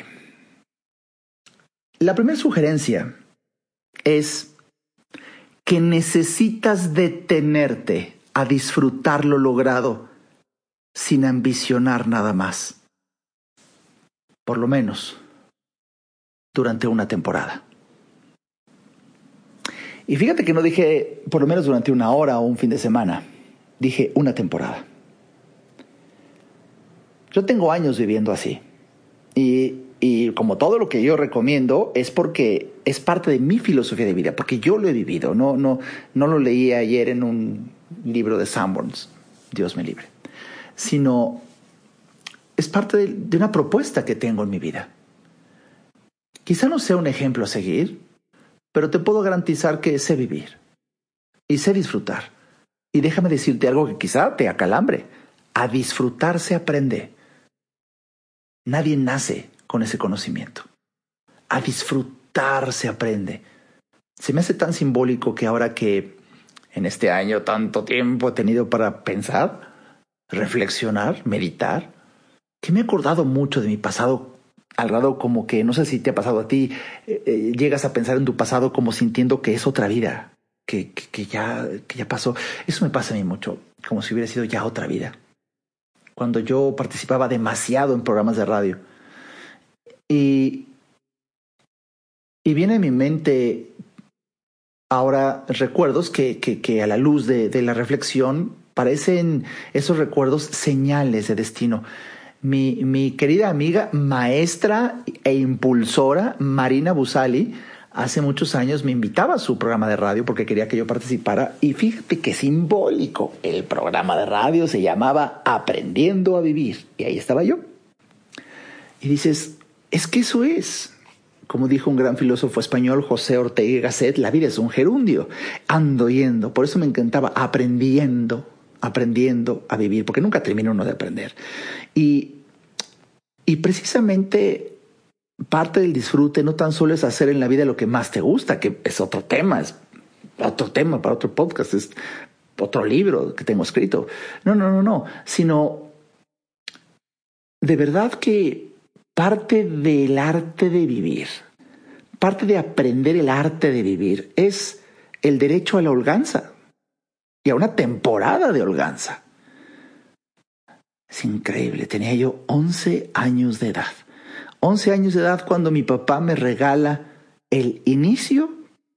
[SPEAKER 1] La primera sugerencia es que necesitas detenerte a disfrutar lo logrado sin ambicionar nada más. Por lo menos durante una temporada. Y fíjate que no dije por lo menos durante una hora o un fin de semana. Dije una temporada. Yo tengo años viviendo así. Y como todo lo que yo recomiendo es porque es parte de mi filosofía de vida, porque yo lo he vivido. No lo leí ayer en un libro de Sanborns, Dios me libre, sino es parte de una propuesta que tengo en mi vida. Quizá no sea un ejemplo a seguir, pero te puedo garantizar que sé vivir y sé disfrutar. Y déjame decirte algo que quizá te acalambre. A disfrutar se aprende. Nadie nace con ese conocimiento. A disfrutar se aprende. Se me hace tan simbólico que ahora que en este año tanto tiempo he tenido para pensar, reflexionar, meditar, que me he acordado mucho de mi pasado, al grado como que, no sé si te ha pasado a ti, llegas a pensar en tu pasado como sintiendo que es otra vida, que ya pasó. Eso me pasa a mí mucho, como si hubiera sido ya otra vida. Cuando yo participaba demasiado en programas de radio. Y viene a mi mente ahora recuerdos que a la luz de la reflexión parecen esos recuerdos señales de destino. Mi querida amiga, maestra e impulsora Marina Busali, hace muchos años me invitaba a su programa de radio porque quería que yo participara. Y fíjate qué simbólico. El programa de radio se llamaba Aprendiendo a Vivir. Y ahí estaba yo. Y dices, es que eso es. Como dijo un gran filósofo español, José Ortega y Gasset, la vida es un gerundio. Ando yendo. Por eso me encantaba aprendiendo a vivir, porque nunca termina uno de aprender. Y precisamente parte del disfrute no tan solo es hacer en la vida lo que más te gusta, que es otro tema para otro podcast, es otro libro que tengo escrito. No, sino de verdad que parte del arte de vivir, parte de aprender el arte de vivir es el derecho a la holganza y a una temporada de holganza. Es increíble, tenía yo 11 años de edad. 11 años de edad cuando mi papá me regala el inicio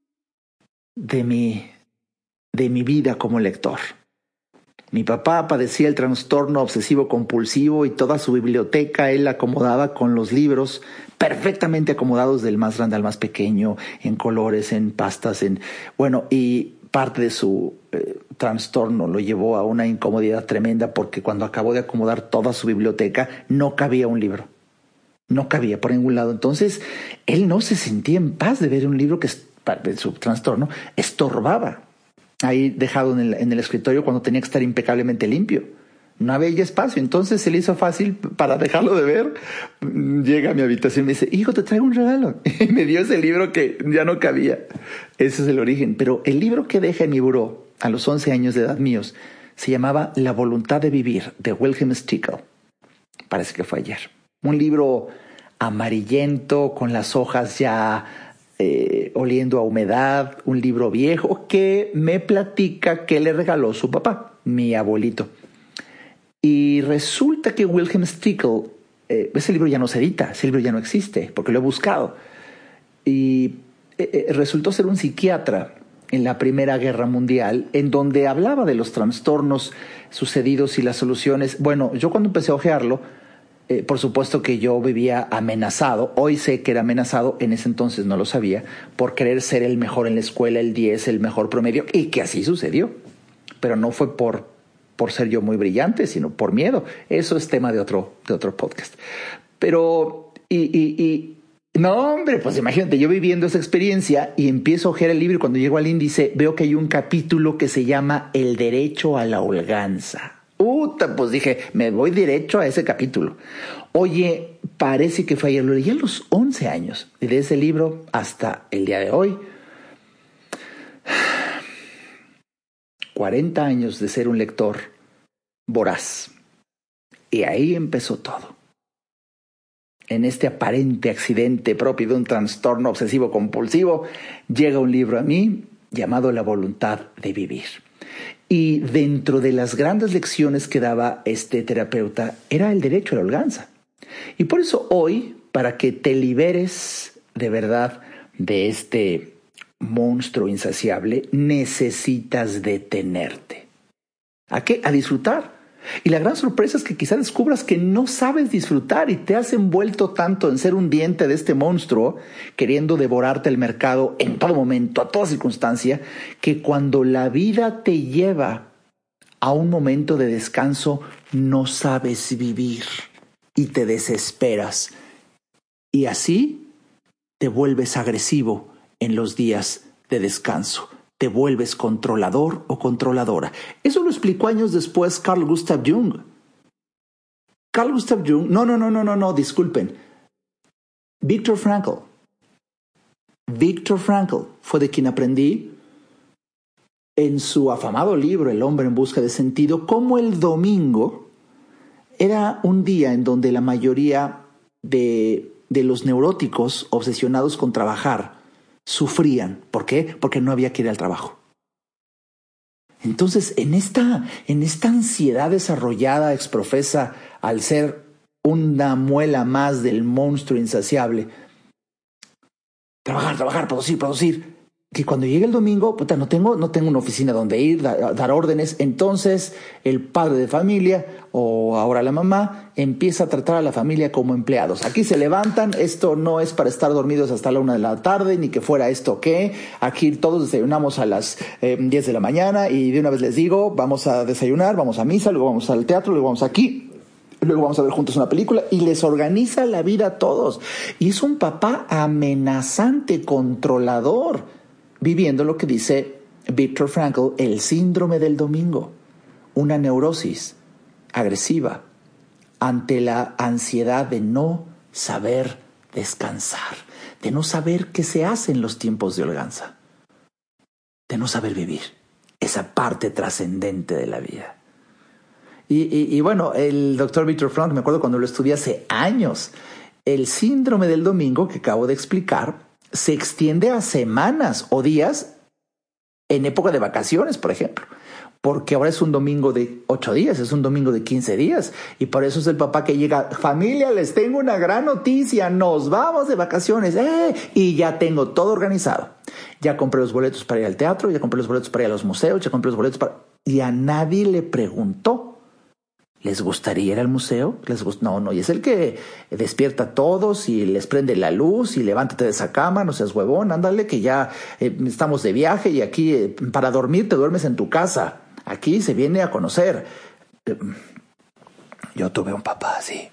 [SPEAKER 1] de mi vida como lector. Mi papá padecía el trastorno obsesivo compulsivo y toda su biblioteca él acomodaba con los libros perfectamente acomodados del más grande al más pequeño, en colores, en pastas, y parte de su trastorno lo llevó a una incomodidad tremenda porque cuando acabó de acomodar toda su biblioteca no cabía un libro. No cabía por ningún lado. Entonces, él no se sentía en paz de ver un libro que su trastorno estorbaba. Ahí dejado en el escritorio cuando tenía que estar impecablemente limpio. No había ya espacio. Entonces se le hizo fácil para dejarlo de ver. Llega a mi habitación y me dice, hijo, te traigo un regalo. Y me dio ese libro que ya no cabía. Ese es el origen. Pero el libro que deja en mi buró a los 11 años de edad míos se llamaba La voluntad de vivir, de Wilhelm Stickel. Parece que fue ayer. Un libro amarillento, con las hojas ya oliendo a humedad, un libro viejo que me platica que le regaló su papá, mi abuelito. Y resulta que Wilhelm Stickel, ese libro ya no se edita, ese libro ya no existe, porque lo he buscado. Y resultó ser un psiquiatra en la Primera Guerra Mundial, en donde hablaba de los trastornos sucedidos y las soluciones. Bueno, yo cuando empecé a hojearlo, por supuesto que yo vivía amenazado. Hoy sé que era amenazado, en ese entonces no lo sabía, por querer ser el mejor en la escuela, el 10, el mejor promedio, y que así sucedió. Pero no fue por ser yo muy brillante, sino por miedo. Eso es tema de otro podcast. Pero, no, hombre, pues imagínate, yo viviendo esa experiencia y empiezo a hojear el libro y cuando llego al índice veo que hay un capítulo que se llama El derecho a la holganza. Pues dije, me voy derecho a ese capítulo. Oye, parece que fue ayer, lo leí a los 11 años. Y de ese libro hasta el día de hoy, 40 años de ser un lector voraz. Y ahí empezó todo. En este aparente accidente propio de un trastorno obsesivo compulsivo, llega un libro a mí llamado La voluntad de vivir. Y dentro de las grandes lecciones que daba este terapeuta era el derecho a la holganza. Y por eso hoy, para que te liberes de verdad de este monstruo insaciable, necesitas detenerte. ¿A qué? A disfrutar. Y la gran sorpresa es que quizá descubras que no sabes disfrutar y te has envuelto tanto en ser un diente de este monstruo, queriendo devorarte el mercado en todo momento, a toda circunstancia, que cuando la vida te lleva a un momento de descanso, no sabes vivir y te desesperas. Y así te vuelves agresivo en los días de descanso. Te vuelves controlador o controladora. Eso lo explicó años después Carl Gustav Jung. Carl Gustav Jung, no, disculpen. Viktor Frankl. Viktor Frankl fue de quien aprendí en su afamado libro El hombre en busca de sentido, cómo el domingo era un día en donde la mayoría de los neuróticos obsesionados con trabajar sufrían. ¿Por qué? Porque no había que ir al trabajo. Entonces, en esta ansiedad desarrollada, exprofesa, al ser una muela más del monstruo insaciable, trabajar, producir, que cuando llegue el domingo, no tengo una oficina donde ir, dar órdenes. Entonces el padre de familia, o ahora la mamá, empieza a tratar a la familia como empleados. Aquí se levantan, esto no es para estar dormidos hasta la 1 de la tarde, ni que fuera esto que. Aquí todos desayunamos a las 10 de la mañana y de una vez les digo, vamos a desayunar, vamos a misa, luego vamos al teatro, luego vamos aquí, luego vamos a ver juntos una película, y les organiza la vida a todos. Y es un papá amenazante, controlador, viviendo lo que dice Viktor Frankl, el síndrome del domingo, una neurosis agresiva ante la ansiedad de no saber descansar, de no saber qué se hace en los tiempos de holganza, de no saber vivir esa parte trascendente de la vida. Y bueno, el doctor Viktor Frankl, me acuerdo cuando lo estudié hace años, el síndrome del domingo que acabo de explicar se extiende a semanas o días en época de vacaciones, por ejemplo. Porque ahora es un domingo de 8 días, es un domingo de 15 días. Y por eso es el papá que llega, familia, les tengo una gran noticia, nos vamos de vacaciones. Y ya tengo todo organizado. Ya compré los boletos para ir al teatro, ya compré los boletos para ir a los museos, ya compré los boletos para... Y a nadie le preguntó, ¿les gustaría ir al museo? No, y es el que despierta a todos y les prende la luz y levántate de esa cama, no seas huevón, ándale que ya estamos de viaje y aquí para dormir te duermes en tu casa. Aquí se viene a conocer. Yo tuve un papá así.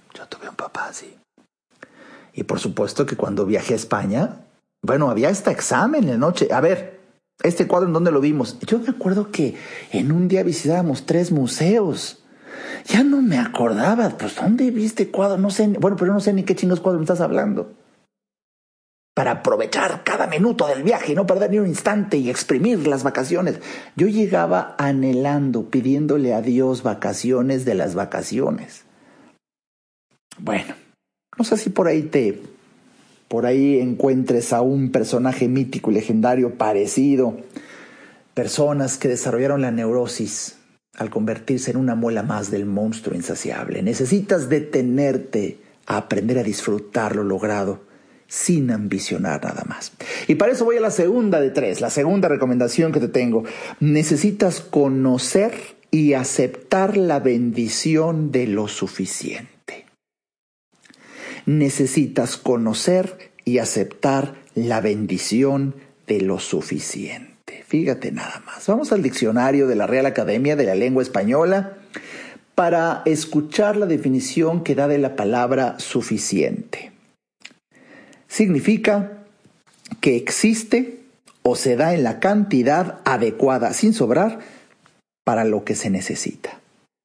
[SPEAKER 1] Y por supuesto que cuando viajé a España, bueno, había hasta examen en la noche. A ver, este cuadro, ¿en dónde lo vimos? Yo me acuerdo que en un día visitábamos 3 museos. Ya no me acordaba, pues, ¿dónde viste cuadro? No sé, bueno, pero no sé ni qué chingos cuadro me estás hablando. Para aprovechar cada minuto del viaje y no perder ni un instante y exprimir las vacaciones. Yo llegaba anhelando, pidiéndole a Dios vacaciones de las vacaciones. Bueno, no sé si por ahí encuentres a un personaje mítico y legendario parecido. Personas que desarrollaron la neurosis al convertirse en una muela más del monstruo insaciable. Necesitas detenerte a aprender a disfrutar lo logrado sin ambicionar nada más. Y para eso voy a la segunda de 3, la segunda recomendación que te tengo. Necesitas conocer y aceptar la bendición de lo suficiente. Necesitas conocer y aceptar la bendición de lo suficiente. Fíjate nada más. Vamos al diccionario de la Real Academia de la Lengua Española para escuchar la definición que da de la palabra suficiente. Significa que existe o se da en la cantidad adecuada, sin sobrar, para lo que se necesita.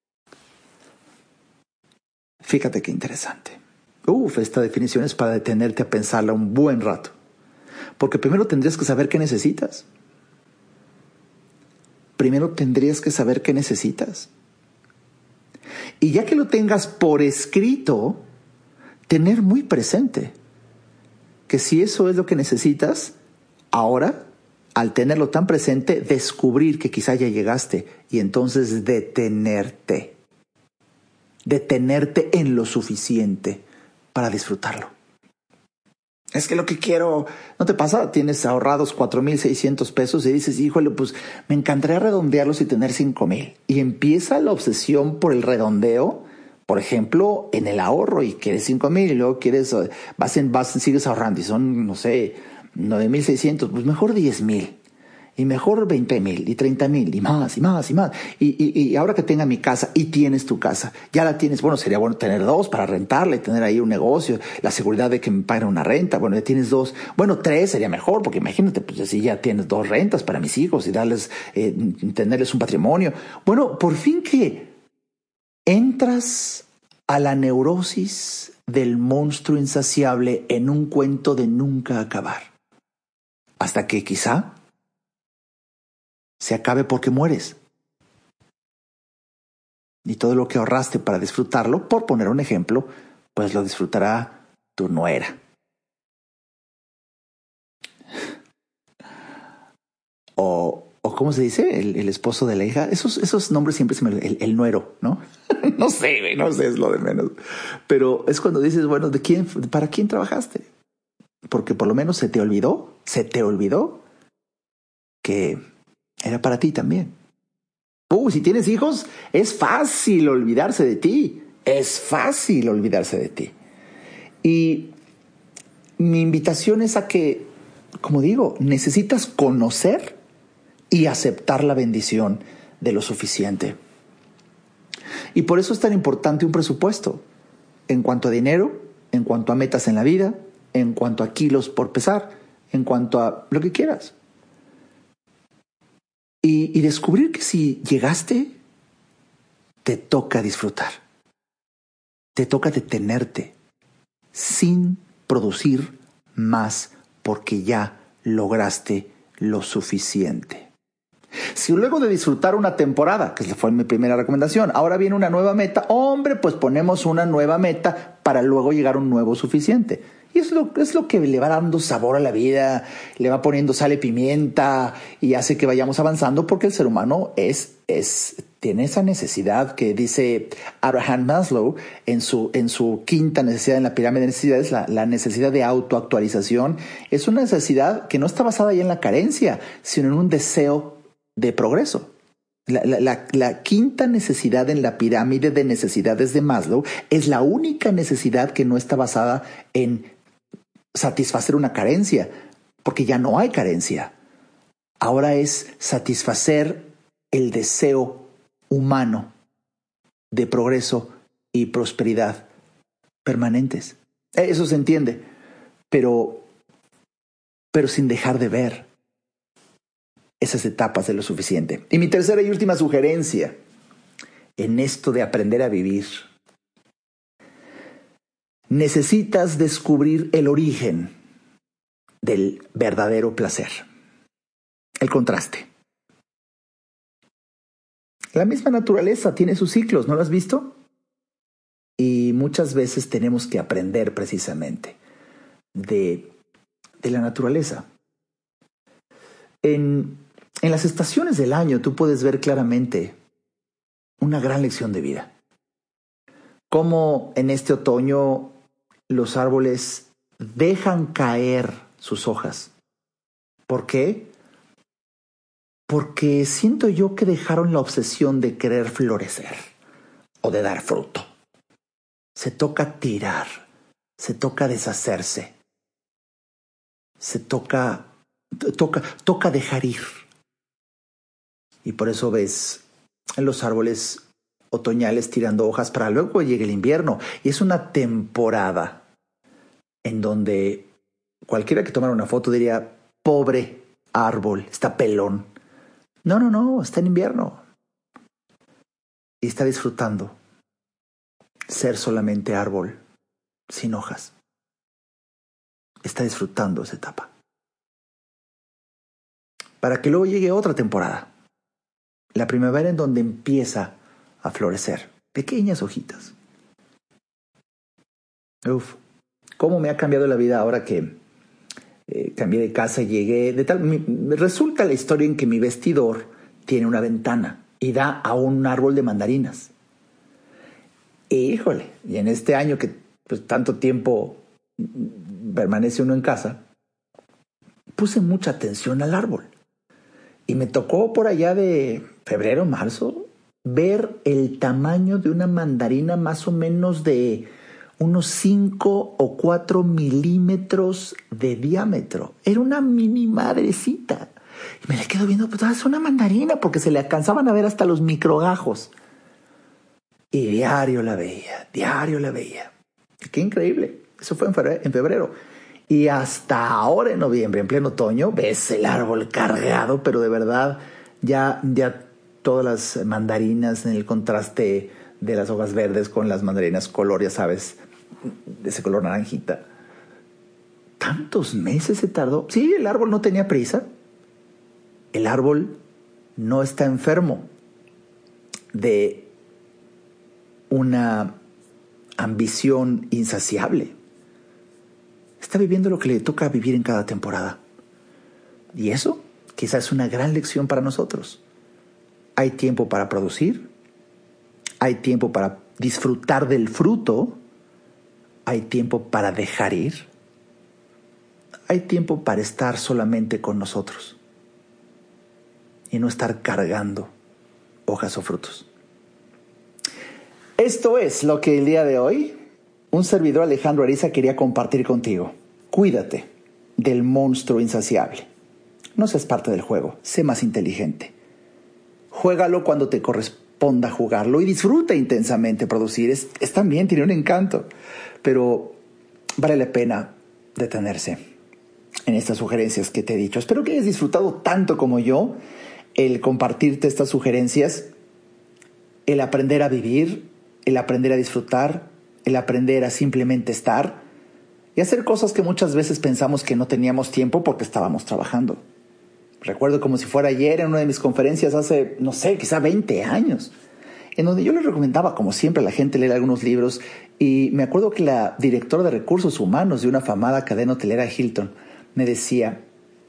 [SPEAKER 1] Fíjate qué interesante. Esta definición es para detenerte a pensarla un buen rato. Porque primero tendrías que saber qué necesitas. Y ya que lo tengas por escrito, tener muy presente que si eso es lo que necesitas, ahora, al tenerlo tan presente, descubrir que quizá ya llegaste y entonces detenerte en lo suficiente para disfrutarlo. Es que lo que quiero, ¿no te pasa? Tienes ahorrados 4,600 pesos y dices, híjole, pues me encantaría redondearlos y tener 5,000. Y empieza la obsesión por el redondeo, por ejemplo, en el ahorro, y quieres 5,000 y luego sigues ahorrando y son, 9,600, pues mejor 10,000. Y mejor 20,000 y 30,000 y más. Y ahora que tenga mi casa y tienes tu casa, ya la tienes, bueno, sería bueno tener 2 para rentarla y tener ahí un negocio, la seguridad de que me paguen una renta, bueno, ya tienes 2, bueno, 3 sería mejor, porque imagínate, pues así ya tienes 2 rentas para mis hijos y tenerles un patrimonio. Bueno, por fin que entras a la neurosis del monstruo insaciable en un cuento de nunca acabar. Hasta que quizá se acabe porque mueres. Y todo lo que ahorraste para disfrutarlo, por poner un ejemplo, pues lo disfrutará tu nuera. O ¿cómo se dice? El esposo de la hija. Esos nombres siempre se me... El nuero, ¿no? No sé, es lo de menos. Pero es cuando dices, bueno, ¿para quién trabajaste? Porque por lo menos se te olvidó que era para ti también. Si tienes hijos, es fácil olvidarse de ti. Y mi invitación es a que, como digo, necesitas conocer y aceptar la bendición de lo suficiente. Y por eso es tan importante un presupuesto en cuanto a dinero, en cuanto a metas en la vida, en cuanto a kilos por pesar, en cuanto a lo que quieras. Y descubrir que si llegaste, te toca disfrutar. Te toca detenerte sin producir más porque ya lograste lo suficiente. Si luego de disfrutar una temporada, que fue mi primera recomendación, ahora viene una nueva meta, pues ponemos una nueva meta para luego llegar a un nuevo suficiente. Y es lo que le va dando sabor a la vida, le va poniendo sal y pimienta y hace que vayamos avanzando, porque el ser humano tiene esa necesidad que dice Abraham Maslow en su quinta necesidad en la pirámide de necesidades, la necesidad de autoactualización. Es una necesidad que no está basada ya en la carencia, sino en un deseo de progreso. La quinta necesidad en la pirámide de necesidades de Maslow es la única necesidad que no está basada en satisfacer una carencia, porque ya no hay carencia. Ahora es satisfacer el deseo humano de progreso y prosperidad permanentes. Eso se entiende, pero sin dejar de ver esas etapas de lo suficiente. Y mi tercera y última sugerencia en esto de aprender a vivir: necesitas descubrir el origen del verdadero placer. El contraste. La misma naturaleza tiene sus ciclos, ¿no lo has visto? Y muchas veces tenemos que aprender precisamente de la naturaleza. En las estaciones del año tú puedes ver claramente una gran lección de vida. Cómo en este otoño los árboles dejan caer sus hojas. ¿Por qué? Porque siento yo que dejaron la obsesión de querer florecer o de dar fruto. Se toca tirar, se toca deshacerse, se toca dejar ir. Y por eso ves en los árboles otoñales tirando hojas para luego llegue el invierno. Y es una temporada en donde cualquiera que tomara una foto diría: pobre árbol, está pelón. No, está en invierno. Y está disfrutando ser solamente árbol, sin hojas. Está disfrutando esa etapa. Para que luego llegue otra temporada. La primavera, en donde empieza a florecer. Pequeñas hojitas. Cómo me ha cambiado la vida ahora que cambié de casa y llegué resulta la historia en que mi vestidor tiene una ventana y da a un árbol de mandarinas. Y en este año que tanto tiempo permanece uno en casa, puse mucha atención al árbol. Y me tocó por allá de febrero, marzo, ver el tamaño de una mandarina más o menos de unos 5 o 4 milímetros de diámetro. Era una mini madrecita. Y me la quedo viendo, es una mandarina, porque se le alcanzaban a ver hasta los microgajos. Y diario la veía. Qué increíble. Eso fue en febrero. Y hasta ahora en noviembre, en pleno otoño, ves el árbol cargado, pero de verdad ya todas las mandarinas en el contraste de las hojas verdes con las mandarinas color, ya sabes, de ese color naranjita. ¿Tantos meses se tardó? Sí, el árbol no tenía prisa. El árbol no está enfermo de una ambición insaciable. Está viviendo lo que le toca vivir en cada temporada. Y eso quizás es una gran lección para nosotros. Hay tiempo para producir, hay tiempo para disfrutar del fruto, hay tiempo para dejar ir, hay tiempo para estar solamente con nosotros y no estar cargando hojas o frutos. Esto es lo que el día de hoy un servidor, Alejandro Ariza, quería compartir contigo. Cuídate del monstruo insaciable. No seas parte del juego, sé más inteligente. Juégalo cuando te corresponda jugarlo y disfruta intensamente producir. Es también, tiene un encanto, pero vale la pena detenerse en estas sugerencias que te he dicho. Espero que hayas disfrutado tanto como yo el compartirte estas sugerencias, el aprender a vivir, el aprender a disfrutar, el aprender a simplemente estar y hacer cosas que muchas veces pensamos que no teníamos tiempo porque estábamos trabajando. Recuerdo como si fuera ayer en una de mis conferencias hace, no sé, quizá 20 años, en donde yo les recomendaba, como siempre, a la gente leer algunos libros, y me acuerdo que la directora de recursos humanos de una afamada cadena hotelera Hilton me decía,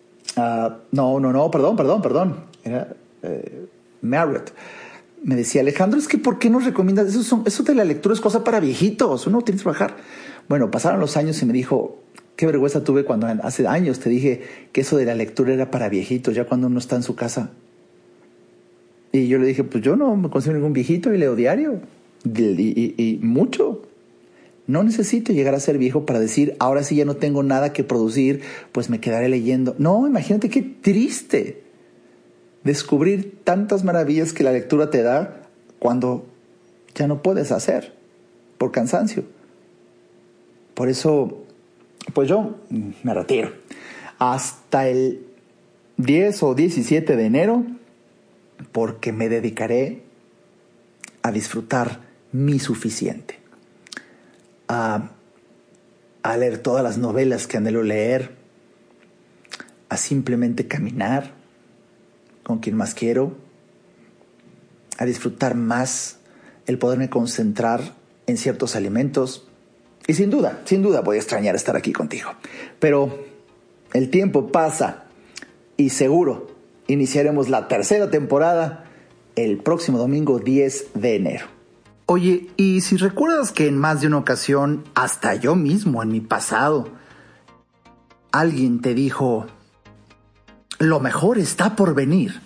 [SPEAKER 1] perdón, era Marriott. Me decía, Alejandro, es que ¿por qué nos recomiendas? Eso de la lectura es cosa para viejitos, uno tiene que trabajar. Bueno, pasaron los años y me dijo, qué vergüenza tuve cuando hace años te dije que eso de la lectura era para viejitos, ya cuando uno está en su casa. Y yo le dije, pues yo no me considero ningún viejito y leo diario, y mucho. No necesito llegar a ser viejo para decir, ahora sí ya no tengo nada que producir, pues me quedaré leyendo. No, imagínate qué triste descubrir tantas maravillas que la lectura te da cuando ya no puedes hacer por cansancio. Por eso, pues yo me retiro. Hasta el 10 o 17 de enero, porque me dedicaré a disfrutar mi suficiente. A leer todas las novelas que anhelo leer, a simplemente caminar con quien más quiero, a disfrutar más el poderme concentrar en ciertos alimentos. Y sin duda voy a extrañar estar aquí contigo. Pero el tiempo pasa y seguro iniciaremos la tercera temporada el próximo domingo 10 de enero. Oye, y si recuerdas que en más de una ocasión, hasta yo mismo en mi pasado, alguien te dijo, lo mejor está por venir.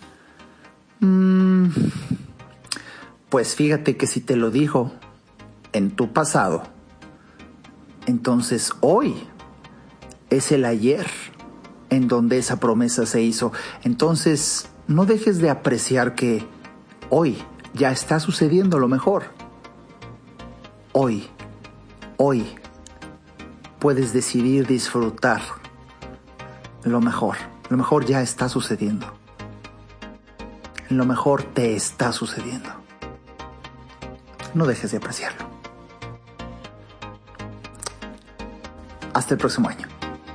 [SPEAKER 1] Pues fíjate que si te lo dijo en tu pasado, entonces hoy es el ayer en donde esa promesa se hizo. Entonces no dejes de apreciar que hoy ya está sucediendo lo mejor. Hoy puedes decidir disfrutar lo mejor. Lo mejor ya está sucediendo. Lo mejor te está sucediendo. No dejes de apreciarlo. Hasta el próximo año.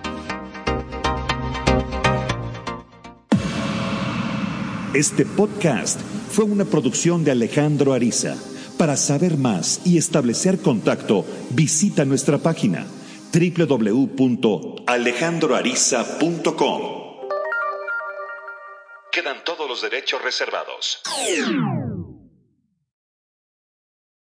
[SPEAKER 2] Este podcast fue una producción de Alejandro Ariza. Para saber más y establecer contacto, visita nuestra página www.alejandroariza.com. Quedan todos los derechos reservados.